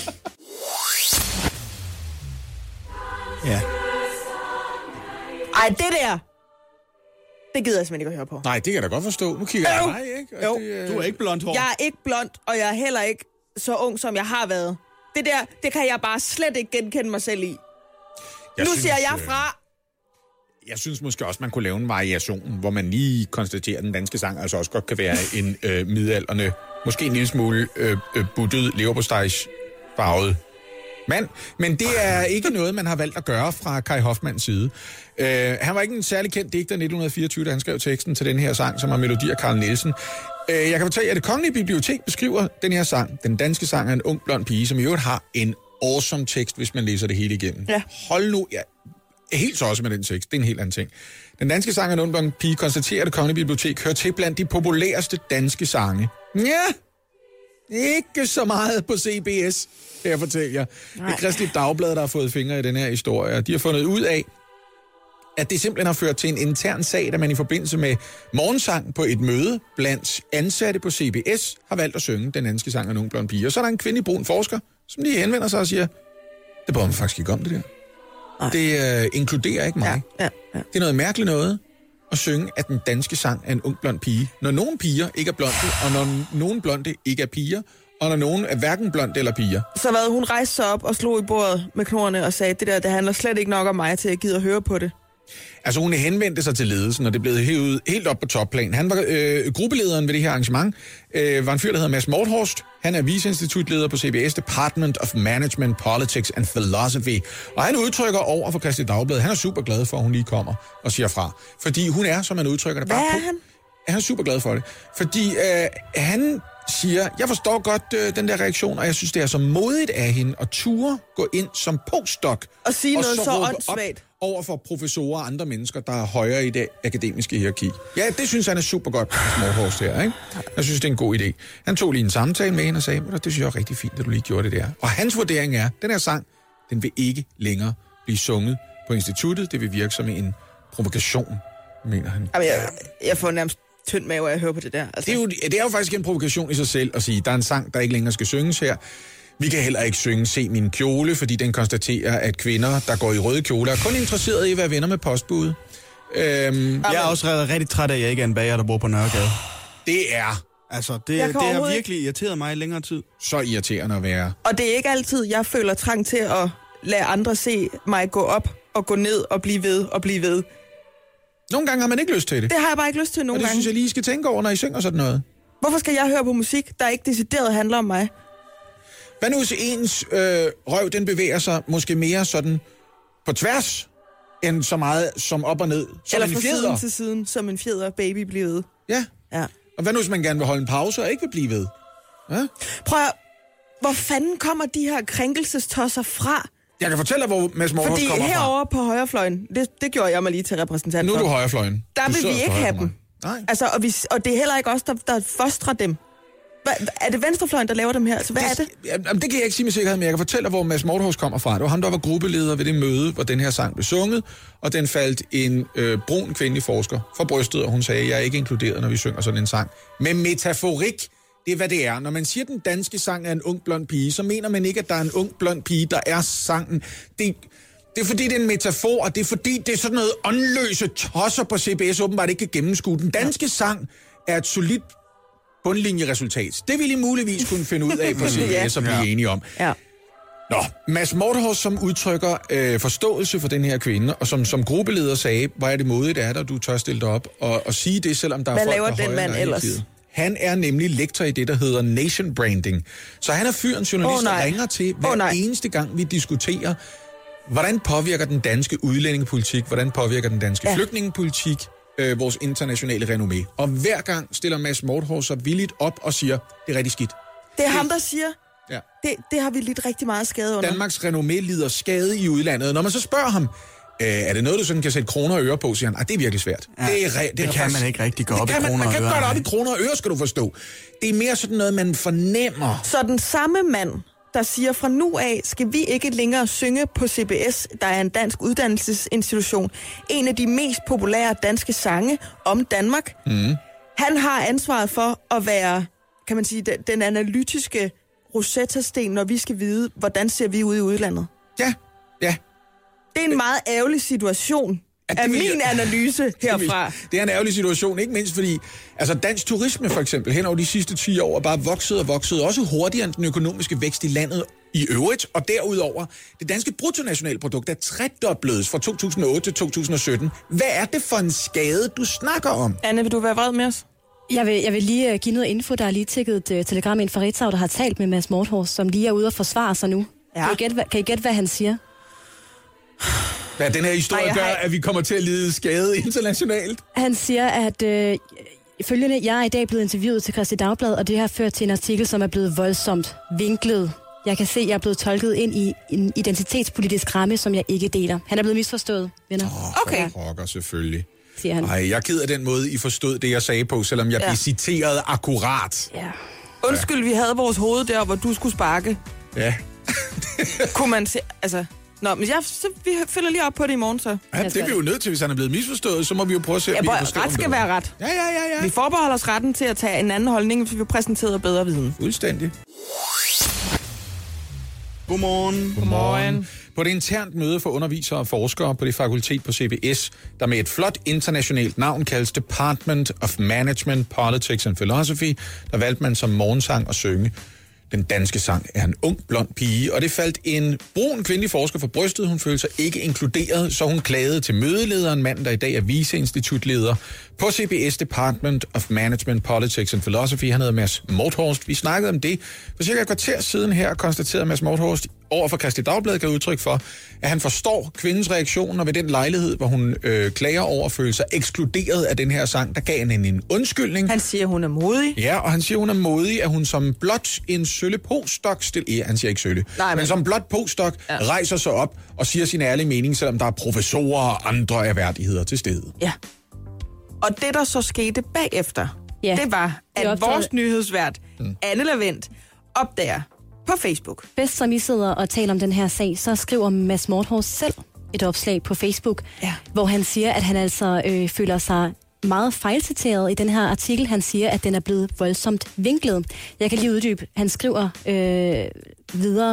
Ja. Ej, det der, det gider jeg simpelthen ikke at høre på. Nej, det kan jeg da godt forstå. Nu kigger jeg Jo. dig, ikke? Og Jo. det, øh, Du er ikke blond hår. Jeg er ikke blond, og jeg er heller ikke så ung, som jeg har været. Det der, det kan jeg bare slet ikke genkende mig selv i. jeg Nu synes, siger jeg øh, fra. Jeg synes måske også, man kunne lave en variation, hvor man lige konstaterer, at den danske sang altså også godt kan være en øh, midaldrende, måske en lille smule øh, øh, buttet, leverpostejsfarvet mand. Men det er ikke noget, man har valgt at gøre fra Kai Hoffmanns side. Øh, han var ikke en særlig kendt digter i nitten fireogtyve, da han skrev teksten til den her sang, som er melodi af Carl Nielsen. Øh, jeg kan fortælle, at Det Kongelige Bibliotek beskriver den her sang. Den danske sang er en ung blond pige, som i øvrigt har en awesome tekst, hvis man læser det hele igennem. Ja. Hold nu... Ja. Helt så også med den tekst. Det er en helt anden ting. Den danske sang af en ung pige konstaterer, at Det Kongelige Bibliotek hører til blandt de populæreste danske sange. Ja, ikke så meget på C B S, kan jeg fortælle jer. Det er Kristeligt Dagblad, der har fået fingre i den her historie. De har fundet ud af, at det simpelthen har ført til en intern sag, da man i forbindelse med morgensang på et møde blandt ansatte på C B S har valgt at synge den danske sang af en ung blond pige. Og så er der en kvindelig brun forsker, som lige henvender sig og siger, det bør man faktisk ikke om det der. Det øh, inkluderer ikke mig. Ja, ja, ja. Det er noget mærkeligt noget at synge, at den danske sang er en ung blond pige. Når nogen piger ikke er blonde, og når nogen blonde ikke er piger, og når nogen er hverken blonde eller piger. Så hvad, hun rejste sig op og slog i bordet med knorrene og sagde, det der, det handler slet ikke nok om mig til, at jeg gider at høre på det. Altså hun henvendte sig til ledelsen, og det blev helt, helt op på topplan. Han var øh, gruppelederen ved det her arrangement, øh, var en fyr, der hedder Mads Morthorst. Han er viceinstitutleder på C B S Department of Management, Politics and Philosophy. Og han udtrykker over for Kristeligt Dagblad, han er super glad for, at hun lige kommer og siger fra. Fordi hun er, som man udtrykker det, bare Hvad er på. han? Han er super glad for det. Fordi øh, han siger, jeg forstår godt øh, den der reaktion, og jeg synes, det er så modigt af hende at ture gå ind som postdoc. Og sige noget så råbe åndssvagt. op over for professorer og andre mennesker, der er højere i det akademiske hierarki. Ja, det synes han er super godt, Morthorst her, ikke? Jeg synes, det er en god idé. Han tog lige en samtale med hende og sagde, det synes jeg er rigtig fint, at du lige gjorde det der. Og hans vurdering er, den her sang, den vil ikke længere blive sunget på instituttet. Det vil virke som en provokation, mener han. Jamen, jeg, jeg får nærmest tynd mave af at høre på det der. Altså. Det, er jo, det er jo faktisk en provokation i sig selv at sige, der er en sang, der ikke længere skal synges her. Vi kan heller ikke synge Se min kjole, fordi den konstaterer, at kvinder, der går i røde kjoler, er kun interesseret i at være venner med postbud. Øhm, jeg er også rigtig træt af, at jeg ikke er en bager, der bor på Nørregade. Det er... Altså, det, det har virkelig irriteret mig i længere tid. Så irriterende at være. Og det er ikke altid, jeg føler trang til at lade andre se mig gå op og gå ned og blive ved og blive ved. Nogle gange har man ikke lyst til det. Det har jeg bare ikke lyst til nogle gange. Og det gange. synes jeg lige, I skal tænke over, når I synger sådan noget. Hvorfor skal jeg høre på musik, der ikke decideret handler om mig? Hvad nu hvis ens øh, røv, den bevæger sig måske mere sådan på tværs, end så meget som op og ned? Som Eller en fra fjeder. siden til siden, som en fjeder baby bliver ved. Ja. Ja. Og hvad nu hvis man gerne vil holde en pause og ikke vil blive ved? Ja? Prøv at, hvor fanden kommer de her krænkelsestosser fra? Jeg kan fortælle dig, hvor Mads Mortensen kommer fra. Fordi herovre på højrefløjen, det, det gjorde jeg mig lige til repræsentant Nu er for. du højrefløjen. Der du vil vi ikke have dem. Nej. Altså, og, vi, og det er heller ikke os, der, der fostrer dem. Hva, er det venstrefløjen, der laver dem her? Altså, hvad det, er det? Jamen, det kan jeg ikke sige med sikkerhed, men jeg kan fortælle dig, hvor Mads Mortensen kommer fra. Det var ham, der var gruppeleder ved det møde, hvor den her sang blev sunget, og den faldt en øh, brun kvindelig forsker for brystet, og hun sagde, jeg er ikke inkluderet, når vi synger sådan en sang. Med metaforik, det er, hvad det er. Når man siger, at den danske sang er en ung blond pige, så mener man ikke, at der er en ung blond pige, der er sangen. Det, det er fordi, det er en metafor, og det er fordi, det er sådan noget åndløse tosser på C B S åbenbart ikke kan gennemskue. Den danske sang er et solidt bundlinjeresultat. Det ville I muligvis kunne finde ud af på C B S og blive ja. enige om. Ja. Nå, Mads Mortensen, som udtrykker øh, forståelse for den her kvinde, og som, som gruppeleder sagde, hvor er det modigt af dig, du tør stille dig op og, og sige det, selvom der Hvad er folk, laver der den mand ellers? Han er nemlig lektor i det, der hedder nation branding. Så han er fyren journalist, oh, der ringer til hver oh, eneste gang, vi diskuterer, hvordan påvirker den danske udlændingepolitik, hvordan påvirker den danske ja. flygtningepolitik, øh, vores internationale renommé. Og hver gang stiller Mads Mortensen sig villigt op og siger, det er rigtig skidt. Det er det, ham, der siger, ja. det, det har vi lidt rigtig meget skade under. Danmarks renommé lider skade i udlandet. Når man så spørger ham, øh, er det noget, du sådan kan sætte kroner og øre på, siger han, ah, det er virkelig svært. Ja, det, er, det, det, det kan faktisk, man ikke rigtig gå op i kroner og øre. Man kan gøre det op i kroner og øre, skal du forstå. Det er mere sådan noget, man fornemmer. Så den samme mand, der siger, fra nu af skal vi ikke længere synge på C B S, der er en dansk uddannelsesinstitution, en af de mest populære danske sange om Danmark. Mm. Han har ansvaret for at være, kan man sige, den, den analytiske Rosetta-sten, når vi skal vide, hvordan ser vi ud i udlandet. Ja, ja. Det er en meget ærgerlig situation. Ja, af min jeg... analyse herfra. Det er en ærgerlig situation, ikke mindst fordi altså dansk turisme for eksempel hen over de sidste ti år er bare vokset og vokset, også hurtigere end den økonomiske vækst i landet i øvrigt, og derudover, det danske bruttonationalprodukt er tredoblet fra to tusind og otte til to tusind og sytten. Hvad er det for en skade, du snakker om? Anne, vil du være vred med os? Jeg vil, jeg vil lige uh, give noget info. Der er lige tækket et uh, telegram ind fra Ritzau, der har talt med Mads Mortensen, som lige er ude og forsvare sig nu. Ja. Kan I gætte, kan I gætte, hvad han siger? Hvad den her historie Ej, gør, har... at vi kommer til at lide skade internationalt? Han siger, at øh, følgende, jeg er i dag blevet interviewet til Kristeligt Dagblad, og det har ført til en artikel, som er blevet voldsomt vinklet. Jeg kan se, at jeg er blevet tolket ind i en identitetspolitisk ramme, som jeg ikke deler. Han er blevet misforstået, venner. Oh, okay. Rocker, selvfølgelig. Siger han. Ej, jeg er ked af den måde, I forstod det, jeg sagde på, selvom jeg ja. blev citeret akkurat. Ja. Undskyld, vi havde vores hoved der, hvor du skulle sparke. Ja. Kunne man se, altså... Nå, men jeg, så, vi følger lige op på det i morgen, så. Ja, det er vi jo nødt til, hvis han er blevet misforstået, så må vi jo prøve at se, ja, om vi kan forstå ret skal være ret. Ja, ja, ja, ja. Vi forbeholder os retten til at tage en anden holdning, hvis vi præsenterer bedre viden. Fuldstændig. Godmorgen. Godmorgen. På et internt møde for undervisere og forskere på det fakultet på C B S, der med et flot internationalt navn kaldes Department of Management, Politics and Philosophy, der valgte man som morgensang at synge. Den danske sang er en ung, blond pige, og det faldt en brun kvindelig forsker for brystet. Hun følte sig ikke inkluderet, så hun klagede til mødelederen, manden, der i dag er viceinstitutleder på C B S Department of Management, Politics and Philosophy. Han hedder Mads Mortensen. Vi snakkede om det for cirka et kvarter siden her, konstaterede Mads Mortensen over for Kristeligt Dagblad gav udtryk for, at han forstår kvindens reaktioner ved den lejlighed, hvor hun øh, klager over at føle sig ekskluderet af den her sang. Der gav han en, en undskyldning. Han siger, hun er modig. Ja, og han siger, hun er modig, at hun som blot en sølle postdoc stil... Ja, han siger ikke sølle. Nej, men... men som blot postdoc ja. rejser sig op og siger sin ærlige mening, selvom der er professorer og andre erhverdigheder til stede. Ja. Og det, der så skete bagefter, ja. det var, at det vores nyhedsvært, hmm. Anne Lavendt, opdager på Facebook. Bedst som I sidder og taler om den her sag, så skriver Mads Mortensen selv et opslag på Facebook, ja. hvor han siger, at han altså øh, føler sig meget fejlciteret i den her artikel. Han siger, at den er blevet voldsomt vinklet. Jeg kan lige uddybe. Han skriver øh, videre.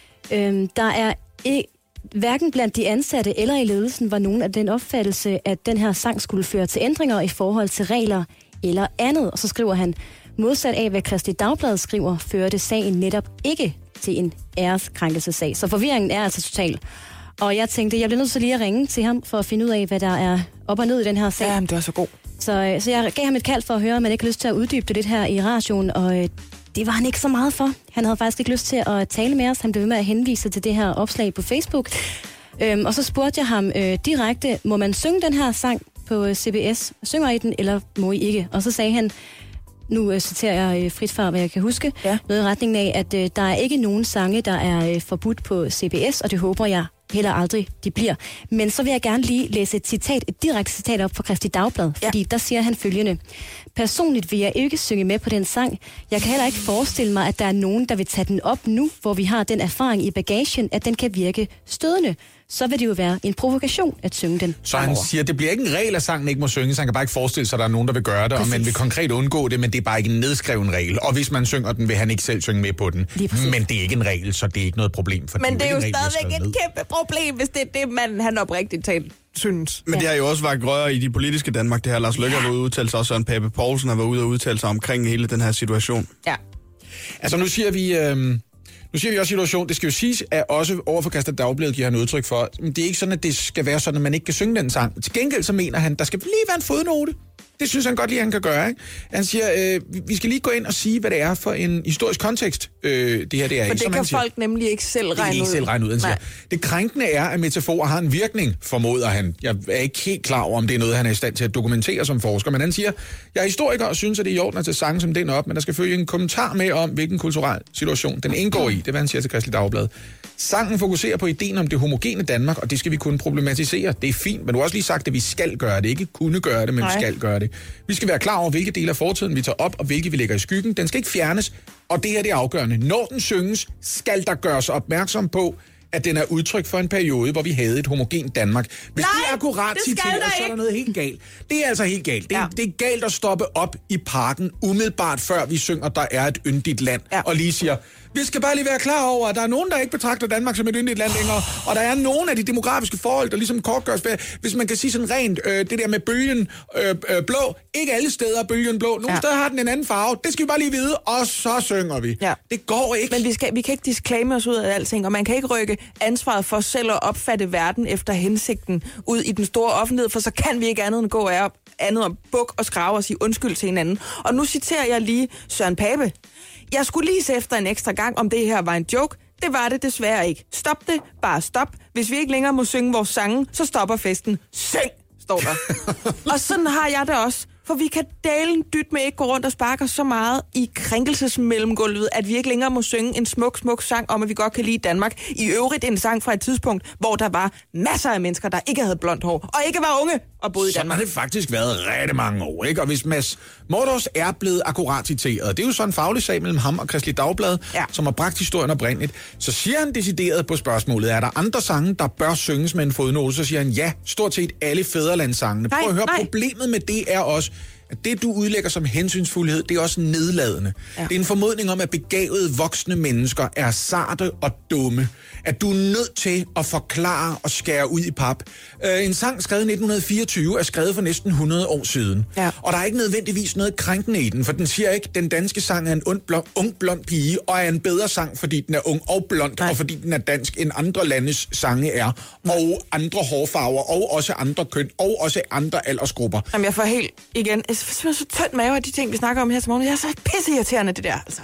Øh, der er ikke... Hverken blandt de ansatte eller i ledelsen var nogen af den opfattelse, at den her sang skulle føre til ændringer i forhold til regler eller andet. Og så skriver han, modsat af hvad Kristeligt Dagblad skriver, førte sagen netop ikke til en æreskrænkelsessag. Så forvirringen er altså total. Og jeg tænkte, jeg bliver nødt til lige at ringe til ham for at finde ud af, hvad der er op og ned i den her sag. Ja, men det var så god. Så, så jeg gav ham et kald for at høre, om han ikke har lyst til at uddybe det lidt her i radioen, og det var han ikke så meget for. Han havde faktisk ikke lyst til at tale med os. Han blev ved med at henvise til det her opslag på Facebook. Øhm, og så spurgte jeg ham øh, direkte, må man synge den her sang på C B S? Synger I den, eller må I ikke? Og så sagde han, nu øh, citerer jeg øh, frit fra, hvad jeg kan huske, ja. Noget i retningen af, at øh, der er ikke nogen sange, der er øh, forbudt på C B S, og det håber jeg heller aldrig, de bliver. Men så vil jeg gerne lige læse et citat, et direkte citat op fra Kristeligt Dagblad, fordi ja. Der siger han følgende. Personligt vil jeg ikke synge med på den sang. Jeg kan heller ikke forestille mig, at der er nogen, der vil tage den op nu, hvor vi har den erfaring i bagagen, at den kan virke stødende. Så vil det jo være en provokation at synge den. Så han siger, at det bliver ikke en regel, at sangen ikke må synge, så han kan bare ikke forestille sig, at der er nogen, der vil gøre det, Præcis. Og man vil konkret undgå det, men det er bare ikke en nedskreven regel. Og hvis man synger den, vil han ikke selv synge med på den. Men det er ikke en regel, så det er ikke noget problem. For men det er jo, jo stadigvæk et kæmpe problem, hvis det er det, man, han oprigtigt talt synes. Men ja. Det har jo også været grøjer i de politiske Danmark. Det her Lars Løkke har været ude udtalt sig, og Søren Pape Poulsen har været ude og udtale sig omkring hele den her situation. Ja. Altså nu siger vi... Øh... Nu siger vi også situation, det skal jo siges, at også overfor Kristeligt Dagblad giver han udtryk for, men det er ikke sådan, at det skal være sådan, at man ikke kan synge den sang. Til gengæld så mener han, der skal lige være en fodnote. Det synes han godt lige, han kan gøre. Ikke? Han siger, øh, vi skal lige gå ind og sige, hvad det er for en historisk kontekst, øh, det her det er. For i. det kan siger, folk nemlig ikke selv regne ud. Det kan ikke selv regne ud. Han siger, det krænkende er, at metaforer har en virkning, formoder han. Jeg er ikke helt klar over, om det er noget, han er i stand til at dokumentere som forsker. Men han siger, jeg er historiker og synes, at det er i orden at tage sange som den op, men der skal følge en kommentar med om, hvilken kulturel situation den indgår i. Det er, hvad han siger til Kristeligt Dagblad. Sangen fokuserer på ideen om det homogene Danmark, og det skal vi kunne problematisere. Det er fint, men du har også lige sagt, at vi skal gøre det. Ikke kunne gøre det, men Nej. vi skal gøre det. Vi skal være klar over, hvilke dele af fortiden vi tager op, og hvilke vi lægger i skyggen. Den skal ikke fjernes, og det her det er afgørende. Når den synges, skal der gøres opmærksom på, at den er udtryk for en periode, hvor vi havde et homogent Danmark. Hvis Nej, det er akkurat citeret, så er der noget helt galt. Det er altså helt galt. Det er, ja. det er galt at stoppe op i parken, umiddelbart før vi synger, der er et yndigt land, ja. og lige siger, vi skal bare lige være klar over, at der er nogen, der ikke betragter Danmark som et yndigt land længere, og der er nogen af de demografiske forhold, der ligesom kortgøres. Hvis man kan sige sådan rent, øh, det der med bølgen øh, øh, blå, ikke alle steder er bølgen blå. Nogle ja. steder har den en anden farve. Det skal vi bare lige vide, og så synger vi. Ja. Det går ikke. Men vi, skal, vi kan ikke disclaime os ud af alting, og man kan ikke rykke ansvaret for selv at opfatte verden efter hensigten ud i den store offentlighed, for så kan vi ikke andet end gå af andet om buk og skrave og sige undskyld til hinanden. Og nu citerer jeg lige Søren Pape. Jeg skulle lige se efter en ekstra gang, om det her var en joke. Det var det desværre ikke. Stop det. Bare stop. Hvis vi ikke længere må synge vores sange, så stopper festen. Syng, står der. Og sådan har jeg det også. For vi kan dalen dyt med ikke gå rundt og sparke så meget i krænkelsesmellemgulvet, at vi ikke længere må synge en smuk, smuk sang om, at vi godt kan lide Danmark. I øvrigt en sang fra et tidspunkt, hvor der var masser af mennesker, der ikke havde blondt hår, og ikke var unge og boede i Danmark. Sådan har det faktisk været rigtig mange år, ikke? Og hvis Mads Mordors er blevet akkurat citeret, det er jo sådan en faglig sag mellem ham og Kristeligt Dagblad, ja. som har bragt historien oprindeligt, så siger han decideret på spørgsmålet, er der andre sange, der bør synges med en fodnote? Så siger han, ja, stort set alle fædrelandssangene. Prøv at høre, nej. Problemet med det er også, at det, du udlægger som hensynsfuldhed, det er også nedladende. Ja. Det er en formodning om, at begavede voksne mennesker er sarte og dumme. At du er nødt til at forklare og skære ud i pap. Uh, en sang skrevet i nitten fireogtyve er skrevet for næsten hundrede år siden. Ja. Og der er ikke nødvendigvis noget krænkende i den, for den siger ikke, at den danske sang er en ung blond, ung, blond pige, og er en bedre sang, fordi den er ung og blond, Nej. og fordi den er dansk, end andre landes sange er, og andre hårfarver, og også andre køn, og også andre aldersgrupper. Jamen, jeg får helt igen... Det er så tyndt mave af de ting, vi snakker om her til morgen. Jeg er så pisseirriterende, det der, altså.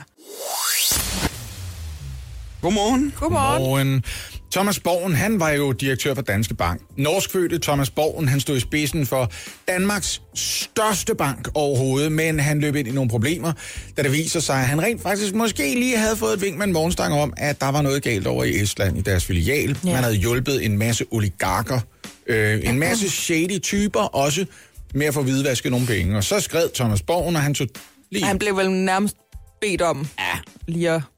Godmorgen. Godmorgen. Godmorgen. Thomas Borgen, han var jo direktør for Danske Bank. Norskfødte Thomas Borgen, han stod i spidsen for Danmarks største bank overhovedet, men han løb ind i nogle problemer, da det viser sig, at han rent faktisk måske lige havde fået et vink med en morgenstang om, at der var noget galt over i Estland i deres filial. Ja. Man havde hjulpet en masse oligarker, øh, en masse shady typer også, med at få hvidvasket nogle penge. Og så skrev Thomas Borgen, og han tog lige... Han blev vel nærmest bedt om ja. lige at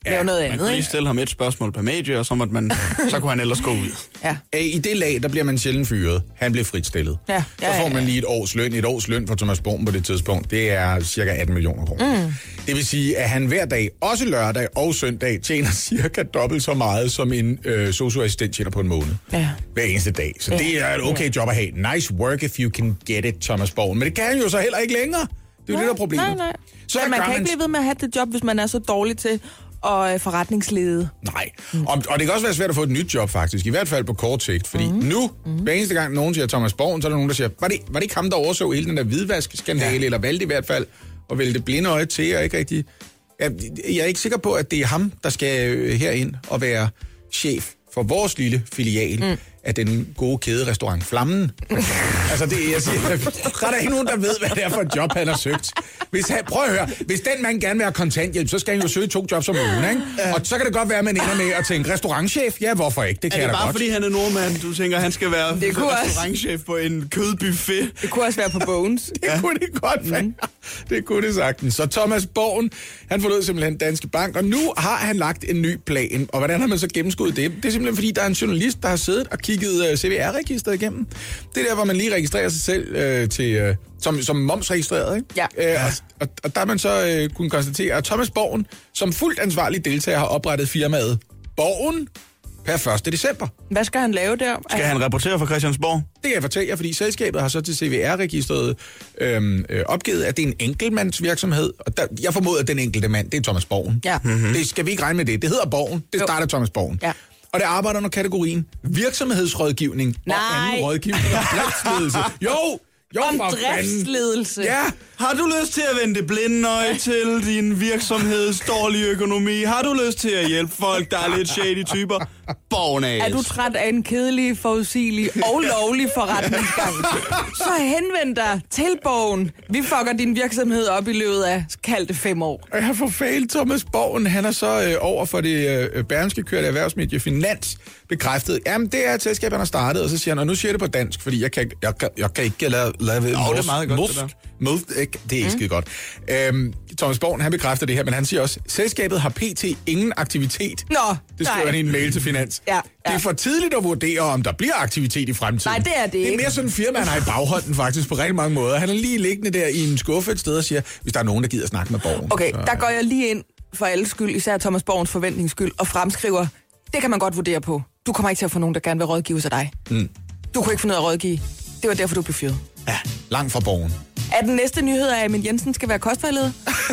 lave noget Man andet, kunne lige ikke? stille ham et spørgsmål per medie, og så, måtte man, så kunne han ellers gå ud. Ja. I det lag, der bliver man sjældent fyret. Han blev fritstillet. Ja, ja, Så får ja, man ja. lige et års løn. Et års løn for Thomas Born på det tidspunkt, det er cirka atten millioner kroner. Mm. Det vil sige, at han hver dag, også lørdag og søndag, tjener cirka dobbelt så meget, som en øh, socioassistent tjener på en måned. Ja. Hver eneste dag. Så Ja. det er et okay job at have. Nice work if you can get it, Thomas Born. Men det kan han jo så heller ikke længere. Det er jo det, der er problemet. Nej, nej. Så Ja, man gør kan ikke blive ved med at have det job, hvis man er så dårlig til at øh, forretningslede. Nej, og, og det kan også være svært at få et nyt job faktisk, i hvert fald på kort sigt, fordi mm. nu, mm. hver eneste gang nogen siger Thomas Born, så er der nogen, der siger, var det, var det ikke ham, der overså hele den der hvidvaskskandale, ja. eller valgte i hvert fald, og vælge det blinde øje til, og ikke rigtig... Jeg, jeg er ikke sikker på, at det er ham, der skal herind og være chef for vores lille filial mm. af den gode kæderestaurant Flammen. altså, det, jeg siger, der er der ikke nogen, der ved, hvad det er for et job, han har søgt. Hvis han, prøv at høre, hvis den mand gerne vil have kontanthjælp, så skal han jo søge to jobs om ugen, ikke? Ja. Og så kan det godt være, at man ender med at tænke restaurantchef. Ja, hvorfor ikke? Det kan Er jeg det da bare godt. fordi han er nordmand, du tænker, han skal være Det kunne også- restaurantchef på en kødbuffet? Det kunne også være på Bones. Det ja. kunne det godt være. Mm. Det kunne det sagtens. Så Thomas Born, han forlod simpelthen Danske Bank, og nu har han lagt en ny plan. Og hvordan har man så gennemskuddet det? Det er simpelthen fordi, der er en journalist, der har siddet og kigget uh, C V R-registeret igennem. Det er der, hvor man lige registrerer sig selv uh, til, uh, som, som momsregistreret, ikke? Ja. Uh, og, og, og der har man så uh, kunnet konstatere, at Thomas Born, som fuldt ansvarlig deltager, har oprettet firmaet Borgen per første december. Hvad skal han lave der? Skal han rapportere fra Christiansborg? Det kan jeg fortælle jer, fordi selskabet har så til C V R-registret øhm, øh, opgivet, at det er en enkeltmandsvirksomhed. Og der, jeg formoder, at den enkelte mand, det er Thomas Borgen. Ja. Mm-hmm. Det skal vi ikke regne med det. Det hedder Borgen. Det starter jo. Thomas Borgen. Ja. Og det arbejder under kategorien virksomhedsrådgivning Nej. og anden rådgivning og driftsledelse. Jo! Jo, Om for fanden. driftsledelse. Ja, Har du lyst til at vende det blinde øje til din virksomheds dårlige økonomi? Har du lyst til at hjælpe folk, der er lidt shady typer? Borgen A S. Er du træt af en kedelig, forudsigelig og lovlig forretningsgang? Så henvend dig til Bogen. Vi fucker din virksomhed op i løbet af kaldte fem år. og jeg får fejl Thomas Borgen. Han er så øh, over for det øh, Berlingske kørte erhvervsmedie Finans bekræftet. Jamen, det er et selskab, han har startet, og så siger han, og nu siger jeg det på dansk, fordi jeg kan, jeg kan, jeg kan ikke lade... lade det er meget godt, most, det der. most, ikke, det er ikke mm. skide godt. Øhm, Thomas Borgen, han bekræfter det her, men han siger også, selskabet har pt. Ingen aktivitet. Nå, Det skriver nej. han i en mail til Finans. Ja, ja. Det er for tidligt at vurdere, om der bliver aktivitet i fremtiden. Nej, det er det Det er ikke. mere sådan en firma, han har i baghånden faktisk på rigtig mange måder. Han er lige liggende der i en skuffe et sted og siger, hvis der er nogen, der gider snakke med Borgen. Okay, så, der går jeg lige ind for alles skyld, især Thomas Borgens forventnings skyld, og fremskriver, det kan man godt vurdere på. Du kommer ikke til at få nogen, der gerne vil rådgive sig dig. Mm. Du kunne ikke finde ud af at rådgive. Det var derfor, du blev fyret. Ja, langt fra Borgen. Er den næste nyhed, at Amin Jensen skal være kostvejleder?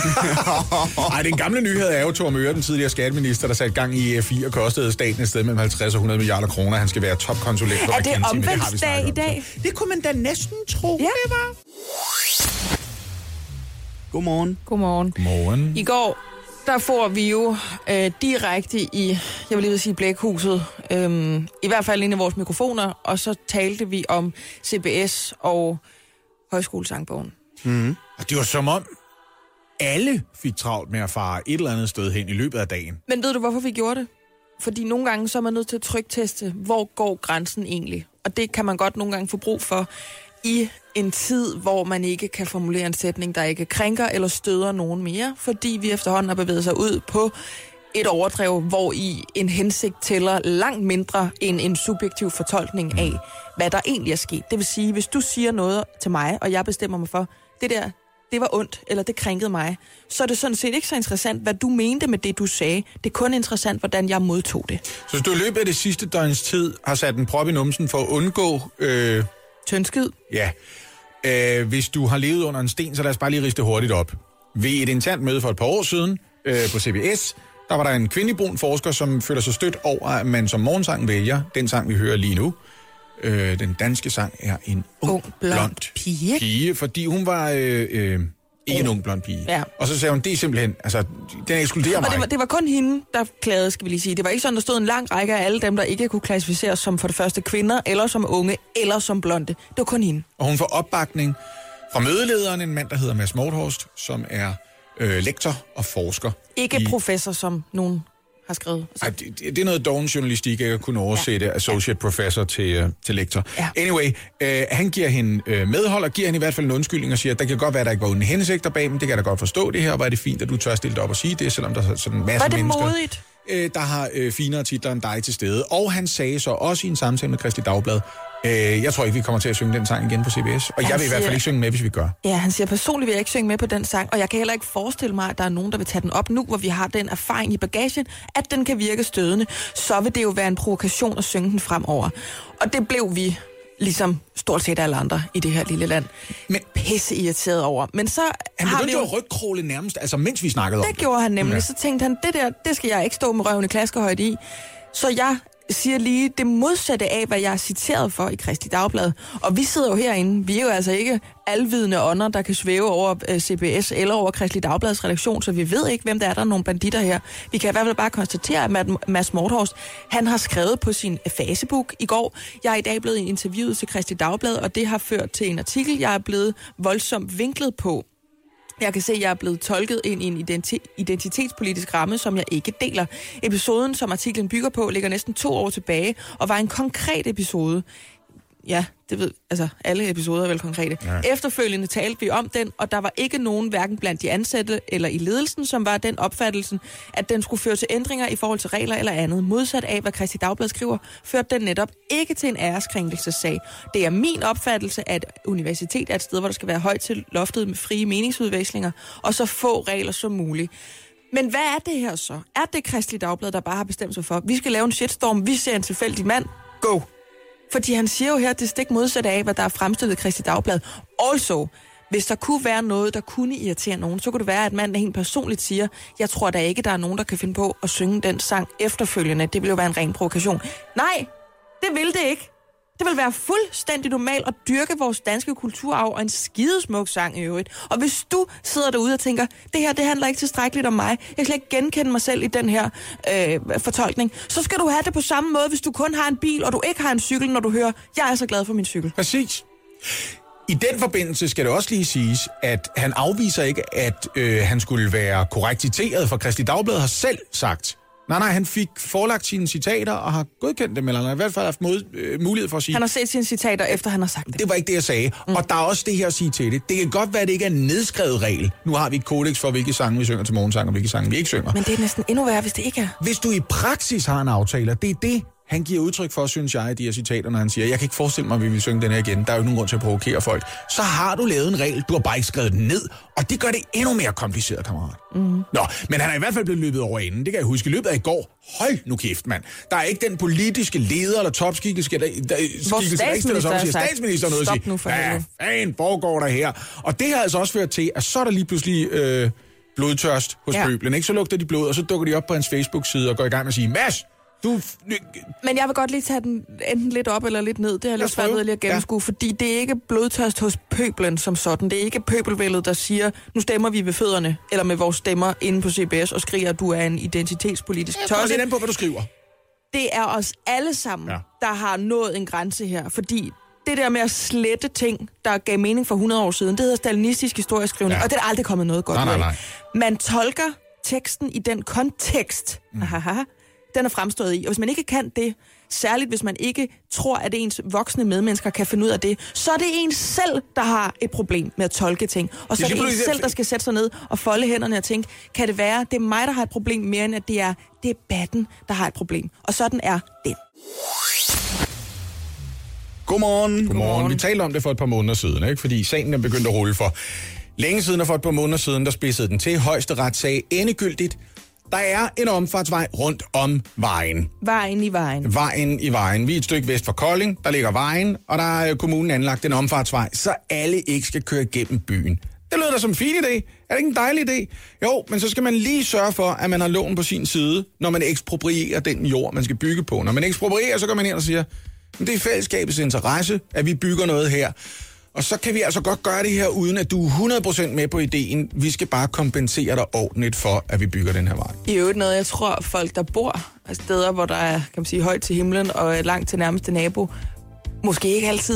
Ej, den gamle nyhed er jo Thor Møre, den tidligere skatteminister, der satte gang i E F I og kostede staten et sted mellem halvtreds og hundrede milliarder kroner. Han skal være topkonsulent på Er det McKinsey, men det har vi omvendsdag snakket i om. dag? Det kunne man da næsten tro, Ja. det var. Godmorgen. Godmorgen. Morgen. I går, der får vi jo øh, direkte i, jeg vil lige vil sige blækhuset, øh, i hvert fald inde i vores mikrofoner, og så talte vi om C B S og Højskolesangbogen. Mm. Og det var som om, alle fik travlt med at fare et eller andet sted hen i løbet af dagen. Men ved du, hvorfor vi gjorde det? Fordi nogle gange så er man nødt til at trykteste, hvor går grænsen egentlig? Og det kan man godt nogle gange få brug for i en tid, hvor man ikke kan formulere en sætning, der ikke krænker eller støder nogen mere, fordi vi efterhånden har bevæget sig ud på et overdrev, hvor i en hensigt tæller langt mindre end en subjektiv fortolkning af, hvad der egentlig er sket. Det vil sige, hvis du siger noget til mig, og jeg bestemmer mig for, det der, det var ondt, eller det krænkede mig, så er det sådan set ikke så interessant, hvad du mente med det, du sagde. Det er kun interessant, hvordan jeg modtog det. Så hvis du i løbet af det sidste døgns tid har sat en prop i numsen for at undgå... Øh, Tyndskid. ja, øh, hvis du har levet under en sten, så lad os bare lige riste hurtigt op. Ved et internt møde for et par år siden øh, på C B S, der var der en kvindelig brun forsker, som føler sig stødt over, at man som morgensang vælger den sang, vi hører lige nu. Øh, den danske sang er en ung, Ung, blond blond pige. pige, fordi hun var øh, øh, ikke en ung blond pige. Ja. Og så sagde hun, det er simpelthen, altså, den ekskluderer mig. Og det var, det var kun hende, der klagede, skal vi lige sige. Det var ikke sådan, der stod en lang række af alle dem, der ikke kunne klassificeres som for det første kvinder, eller som unge, eller som blonde. Det var kun hende. Og hun får opbakning fra mødelederen, en mand, der hedder Mads Morthorst, som er øh, lektor og forsker. Ikke i, professor, som nogen har skrevet. Ej, det, det er noget doven journalistik, jeg kunne oversætte, ja. Associate ja. Professor til, uh, til lektor. Ja. Anyway, uh, han giver hende uh, medhold, og giver hende i hvert fald en undskyldning, og siger, at der kan godt være, at der ikke var uden hensigter bag, men det kan jeg da godt forstå det her, og hvor er det fint, at du tør stille dig op og sige det, selvom der er sådan en masse var det mennesker, modigt? Uh, der har uh, finere titler end dig til stede. Og han sagde så også i en samtale med Kristeligt Dagblad, uh, jeg tror ikke, vi kommer til at synge den sang igen på C B S, og han jeg vil siger, i hvert fald ikke synge med, hvis vi gør. Ja, han siger, personligt vil jeg ikke synge med på den sang, og jeg kan heller ikke forestille mig, at der er nogen, der vil tage den op nu, hvor vi har den erfaring i bagagen, at den kan virke stødende. Så vil det jo være en provokation at synge den fremover. Og det blev vi, ligesom stort set alle andre i det her lille land, men pisse irriteret over. Men så han har begyndte vi jo at rygkråle nærmest, altså mens vi snakkede det om det. Det gjorde han nemlig. Ja. Så tænkte han, det der, det skal jeg ikke stå med røven i klaskehøjde i. Så jeg siger lige det modsatte af, hvad jeg er citeret for i Kristeligt Dagblad. Og vi sidder jo herinde, vi er jo altså ikke alvidende ånder, der kan svæve over uh, C B S eller over Kristeligt Dagblads redaktion, så vi ved ikke, hvem der er, der er nogle banditter her. Vi kan i hvert fald bare konstatere, at Mads Morthorst, han har skrevet på sin Facebook i går, jeg er i dag blevet interviewet til Kristeligt Dagblad, og det har ført til en artikel, jeg er blevet voldsomt vinklet på. Jeg kan se, at jeg er blevet tolket ind i en identi- identitetspolitisk ramme, som jeg ikke deler. Episoden, som artiklen bygger på, ligger næsten to år tilbage, og var en konkret episode. Ja, det ved, altså alle episoder er vel konkrete. Ja. Efterfølgende talte vi om den, og der var ikke nogen, hverken blandt de ansatte eller i ledelsen, som var den opfattelsen, at den skulle føre til ændringer i forhold til regler eller andet. Modsat af, hvad Kristeligt Dagblad skriver, førte den netop ikke til en æreskrænkelsessag. Det er min opfattelse, at universitet er et sted, hvor der skal være højt til loftet med frie meningsudvekslinger, og så få regler som muligt. Men hvad er det her så? Er det Kristeligt Dagblad, der bare har bestemt sig for, vi skal lave en shitstorm, vi ser en tilfældig mand, go! Fordi han siger jo her, det stik modsatte af, hvad der er fremstillet i Kristeligt Dagblad. Also, hvis der kunne være noget, der kunne irritere nogen, så kunne det være, at manden helt personligt siger, jeg tror da ikke, der er nogen, der kan finde på at synge den sang efterfølgende. Det vil jo være en ren provokation. Nej, det vil det ikke. Det vil være fuldstændig normalt at dyrke vores danske kulturarv og en skidesmuk sang i øvrigt. Og hvis du sidder derude og tænker, det her, det handler ikke tilstrækkeligt om mig, jeg kan ikke genkende mig selv i den her øh, fortolkning, så skal du have det på samme måde, hvis du kun har en bil, og du ikke har en cykel, når du hører, jeg er så glad for min cykel. Præcis. I den forbindelse skal det også lige siges, at han afviser ikke, at øh, han skulle være korrekt citeret, for Kristeligt Dagblad har selv sagt, nej, nej, han fik forelagt sine citater og har godkendt dem, eller han har i hvert fald haft mod, øh, mulighed for at sige... Han har set sine citater, efter han har sagt det. Det var ikke det, jeg sagde. Mm. Og der er også det her at sige til det. Det kan godt være, at det ikke er en nedskrevet regel. Nu har vi et kodex for, hvilke sange vi synger til morgensang, og hvilke sange vi ikke synger. Men det er næsten endnu værre, hvis det ikke er. Hvis du i praksis har en aftale, det er det, han giver udtryk for, synes jeg, i de her citater, når han siger, jeg kan ikke forestille mig, at vi vil synge den her igen. Der er jo ikke nogen grund til at provokere folk. Så har du lavet en regel, du har bare ikke skrevet den ned, og det gør det endnu mere kompliceret, kammerat. Mm. Nå, men han er i hvert fald blevet løbet over enden. Det kan jeg huske. I løbet af i går, hold nu kæft, mand. Der er ikke den politiske leder eller topskikkelse, der, der, Vores statsminister har sagt, statsminister noget stop at sige, nu for hvad fanden foregår der her? Og det har altså også ført til, at så er der lige pludselig øh, blodtørst hos ja. pøblen, ikke? Så lugter de blod, og så dukker de op på hans Facebook-side og går i gang med at sige, Mads, du... Men jeg vil godt lige tage den enten lidt op eller lidt ned. Det er lidt svært ved lige at gennemskue, ja. Fordi det er ikke blodtørst hos pøblen som sådan. Det er ikke pøbelvældet, der siger, nu stemmer vi ved fødderne, eller med vores stemmer inde på C B S og skriger, at du er en identitetspolitisk tosse. Jeg tror lidt på, hvad du skriver. Det er os alle sammen, ja. Der har nået en grænse her, fordi det der med at slette ting, der gav mening for hundrede år siden, det hedder stalinistisk historieskrivning, ja. Og det er aldrig kommet noget godt nej, nej, nej. Man tolker teksten i den kontekst, mm. den er fremstået i. Og hvis man ikke kan det, særligt hvis man ikke tror, at ens voksne medmennesker kan finde ud af det, så er det en selv, der har et problem med at tolke ting. Og så er det en selv, der skal sætte sig ned og folde hænderne og tænke, kan det være, det er mig, der har et problem mere end at det er debatten, der har et problem. Og sådan er det. Godmorgen. Godmorgen. Vi talte om det for et par måneder siden, ikke? Fordi sagen er begyndt at rulle for længe siden, og for et par måneder siden, der spidsede den til. Højesteret sagde endegyldigt, der er en omfartsvej rundt om vejen. Vejen i vejen. Vejen i vejen. Vi er et stykke vest for Kolding, der ligger vejen, og der er kommunen anlagt en omfartsvej, så alle ikke skal køre gennem byen. Det lyder da som en fin idé. Er det ikke en dejlig idé? Jo, men så skal man lige sørge for, at man har loven på sin side, når man eksproprierer den jord, man skal bygge på. Når man eksproprierer, så går man ind og siger, men det er fællesskabets interesse, at vi bygger noget her. Og så kan vi altså godt gøre det her, uden at du er hundrede procent med på ideen. Vi skal bare kompensere dig ordentligt for, at vi bygger den her vej. I øvrigt noget, jeg tror, folk, der bor steder, hvor der er, kan man sige, højt til himlen og langt til nærmeste nabo, måske ikke altid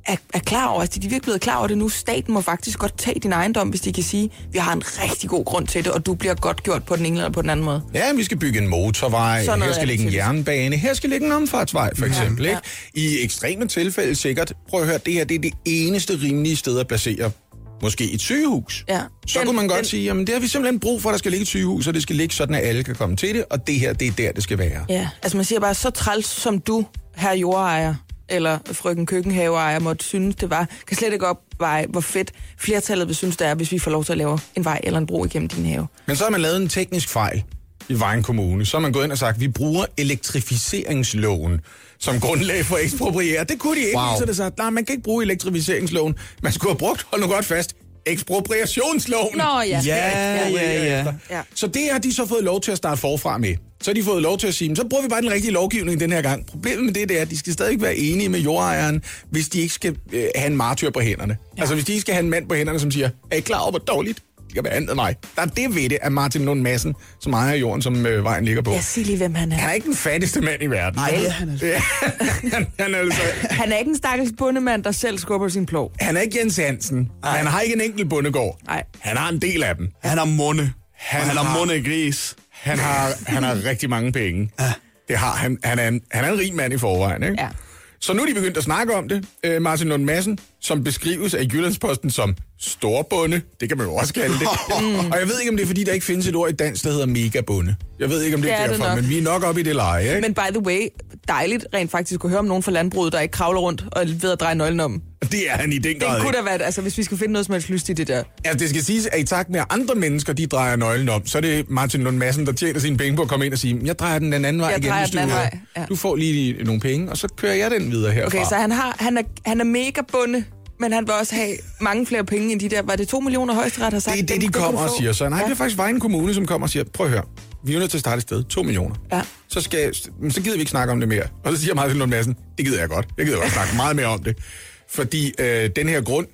er, er klar over, altså de er virkelig blevet klar over det nu. Staten må faktisk godt tage din ejendom, hvis de kan sige, vi har en rigtig god grund til det, og du bliver godt gjort på den ene eller på den anden måde. Ja, vi skal bygge en motorvej, her skal ligge en jernbane, her skal ligge en omfartsvej, for eksempel. Ja, ja. Ikke? I ekstreme tilfælde sikkert, prøv at høre, det her det er det eneste rimelige sted at placere måske et sygehus. Ja. Så den, kunne man godt den, sige, jamen det har vi simpelthen brug for, at der skal ligge et sygehus, og det skal ligge sådan, at alle kan komme til det, og det her, det er der, det skal være. Ja, altså man siger bare, så træls som du, herr jordejer, eller frøken køkkenhaveejer, måtte synes, det var, kan slet ikke opveje, hvor fedt flertallet vil synes, det er, hvis vi får lov til at lave en vej eller en bro igennem din have. Men så har man lavet en teknisk fejl i Vejen Kommune. Så har man gået ind og sagt, vi bruger elektrificeringsloven som grundlag for at ekspropriere. Det kunne de ikke, wow. Så det sagt, nej, man kan ikke bruge elektrificeringsloven. Man skulle have brugt, hold nu godt fast, ekspropriationsloven. Nå ja. Ja, ja, ja, ja. Så det har de så fået lov til at starte forfra med. Så har de fået lov til at sige, så bruger vi bare den rigtige lovgivning den her gang. Problemet med det, det er, at de skal stadig være enige med jordejeren, hvis de ikke skal øh, have en martyr på hænderne. Ja. Altså hvis de ikke skal have en mand på hænderne, som siger, er I klar over, hvor dårligt de kan behandle mig? Der er det ved det, at Martin Lund Madsen, som ejer jorden, som øh, vejen ligger på. Jeg siger lige, hvem han er. Han er ikke den fattigste mand i verden. Nej, det er han altså. han, han, er altså. Han er ikke en stakkels bondemand, der selv skubber sin plov. Han er ikke Jens Hansen. Ej. Han har ikke en enkelt bondegård. Nej. Han har en del af dem. Han har munde. Han, han har, har munde gris. Han har, han har rigtig mange penge. Ja. Det har han. Han er, en, han er en rig mand i forvejen, ikke? Ja. Så nu er de begyndt at snakke om det. Øh, Martin Lund Madsen, som beskrives af Jyllandsposten som storbonde. Det kan man jo også kalde det. mm. Og jeg ved ikke, om det er, fordi der ikke findes et ord i dansk, der hedder megabonde. Jeg ved ikke, om det, det er derfor, det men vi er nok oppe i det leje, ikke? Men by the way, dejligt rent faktisk at høre om nogen fra landbruget, der ikke kravler rundt og ved at dreje nøglen om. Det er han i den grad. Det kunne da være, altså hvis vi skulle finde noget som helst lyst i det der. Altså det skal siges, at i takt med, at andre mennesker, de drejer nøglen om, så er det Martin Lund Madsen, der tjener sine penge på at komme ind og sige, jeg drejer den den anden vej jeg igen, hvis den anden du, vej. Ja. Du får lige nogle penge, og så kører jeg den videre herfra. Okay, så han, har, han, er, han er mega bunde, men han vil også have mange flere penge end de der. Var det to millioner højesteret har sagt? Det er det, de kommer og siger. Så nej, ja. Det er faktisk Vejen Kommune, som kommer og siger, prøv at høre, vi er nødt til at starte et sted. To millioner. Ja. Så, skal, så gider vi ikke snakke om det mere. Og så siger Martin Lund Madsen, det gider jeg godt. Jeg gider godt snakke meget mere om det. Fordi øh, den her grund,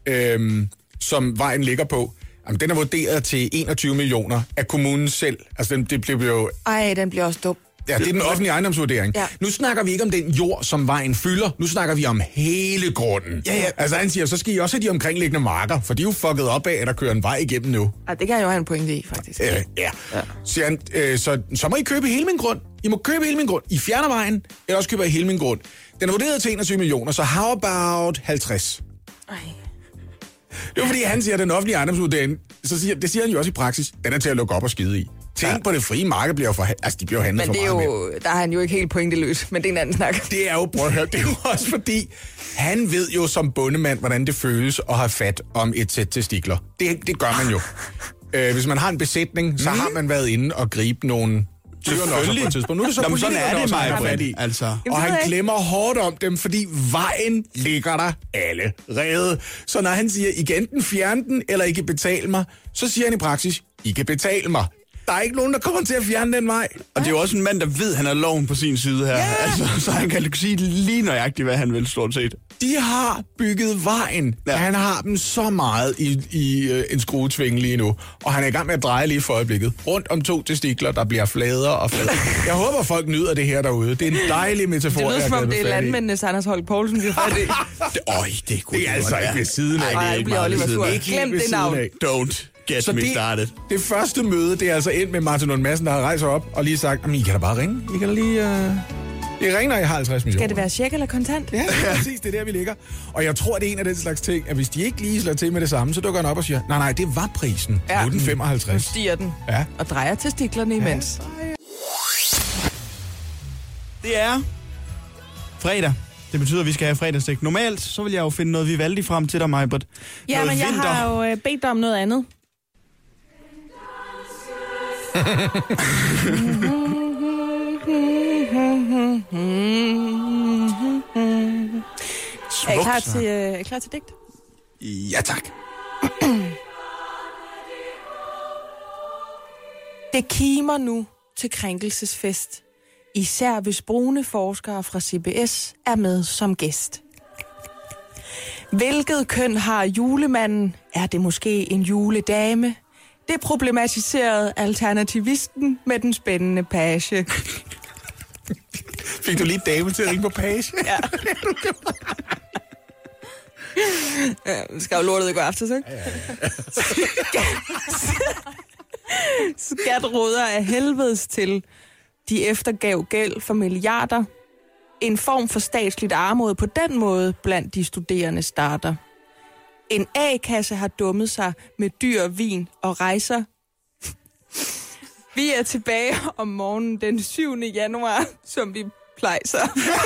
øh, som vejen ligger på, jamen, den er vurderet til enogtyve millioner af kommunen selv. Altså, den, det bliver jo... Ej, den bliver også dum. Ja, det er den offentlige ejendomsvurdering. Ja. Nu snakker vi ikke om den jord, som vejen fylder. Nu snakker vi om hele grunden. Ja, ja. Altså, han siger, så skal I også have de omkringliggende marker, for de er jo fucket op af, at der kører en vej igennem nu. Ja, det kan jeg jo have en pointe i, faktisk. Øh, ja. ja. Så, han, øh, så, så må I købe hele min grund. I må købe hele min grund. I fjerner vejen, eller også køber I hele min grund. Den er vurderet til enogtyve millioner, så how about halvtreds? Ej. Det er fordi, han siger, at den offentlige ejendomsvurdering, så siger, det siger han jo også i praksis, den er til at lukke op og skide i. Tænk ja. På det frie marked bliver jo for, altså de bliver jo handlet men for det er meget jo, der er han jo ikke helt pointeløs, men det er en anden snak. Det er jo, prøv at høre, det er jo også fordi, han ved jo som bondemand, hvordan det føles at have fat om et sæt testikler. Det, det gør man jo. øh, hvis man har en besætning, så mm. har man været inde og gribe nogle... Selvfølgelig. Nu er det så Jamen, sådan er det mig, altså. Og han glemmer hårdt om dem, fordi vejen ligger der allerede. Så når han siger, I kan enten fjerne den, eller I kan betale mig, så siger han i praksis, I kan betale mig. Der er ikke nogen, der kommer til at fjerne den vej. Og det er jo også en mand, der ved, at han er loven på sin side her. Yeah. Altså, så han kan sige lige nøjagtigt, hvad han vil, stort set. De har bygget vejen. Ja. Han har dem så meget i, i uh, en skruetvinge lige nu. Og han er i gang med at dreje lige for øjeblikket. Rundt om to testikler, der bliver fladere og fladere. Jeg håber, folk nyder det her derude. Det er en dejlig metafor. Det lyder som om, det er landmændenes Anders Holk Poulsen, vi har fat i. Øj, det kunne det er altså ikke ved siden af. Nej, det, det bliver Oliver Sur. Glem det navn. Don't. Get så me det, started. Det første møde, det er altså endt med Martin Lund Madsen, der har rejst op og lige sagt, I kan da bare ringe. I kan da lige... Uh... I ringer, I har halvtreds millioner. Skal det være check eller kontant? Ja, det er præcis, det er der, vi ligger. Og jeg tror, det er en af den slags ting, at hvis de ikke lige slår til med det samme, så dukker han op og siger, nej, nej, det var prisen. Ja. Nu er den femoghalvtreds. Nu stiger den. Ja. Og drejer testiklerne imens. Ja. Det er fredag. Det betyder, at vi skal have fredagsdæk. Normalt, så vil jeg jo finde noget Vivaldi frem til dig, Majbert. Ja, noget men jeg vinter. har jo bedt dig om noget andet. Er I klar til, er I klar til digt? Ja, tak. Det kimer nu til krænkelsesfest. Især hvis brune forskere fra C B S er med som gæst. Hvilket køn har julemanden? Er det måske en juledame? Det problematiserede alternativisten med den spændende page. Fik du lige dame til at ringe på page? Ja. Ja, skal jo lortet i går aftes, ikke? Ja, ja, ja. Skatråder af helvedes til. De eftergav gæld for milliarder. En form for statsligt armod på den måde blandt de studerende starter. En A-kasse har dummet sig med dyr, vin og rejser. Vi er tilbage om morgenen den syvende januar, som vi plejser.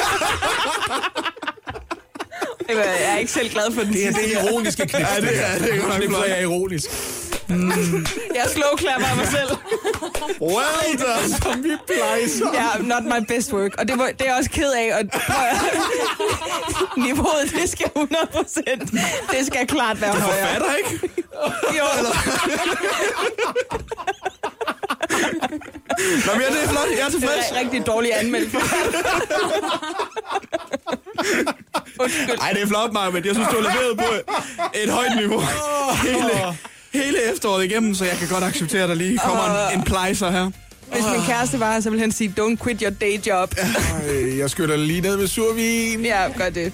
Jeg er ikke selv glad for den. Det er det ironiske knip. Ja, det er det. Det er jeg ironisk. Mm. Jeg slowklapper af mig selv. Well done, som vi plejser. Ja, yeah, not my best work. Og det, var, det er jeg også ked af. Og niveauet, det skal hundrede procent. Det skal klart være højere. Det forfatter, ikke? Jo. Nå, men ja, det er flot. Jeg er tilfreds. Det er rigtig dårligt anmeldt for. Ej, det er flot, Marvind. Jeg synes, du har leveret på et højt niveau. Hele, hele efteråret igennem, så jeg kan godt acceptere, at der lige kommer en, en plejser her. Hvis min kæreste var her, så ville han sige, don't quit your day job. Ej, jeg skytter lige ned med survin. Ja, gør det.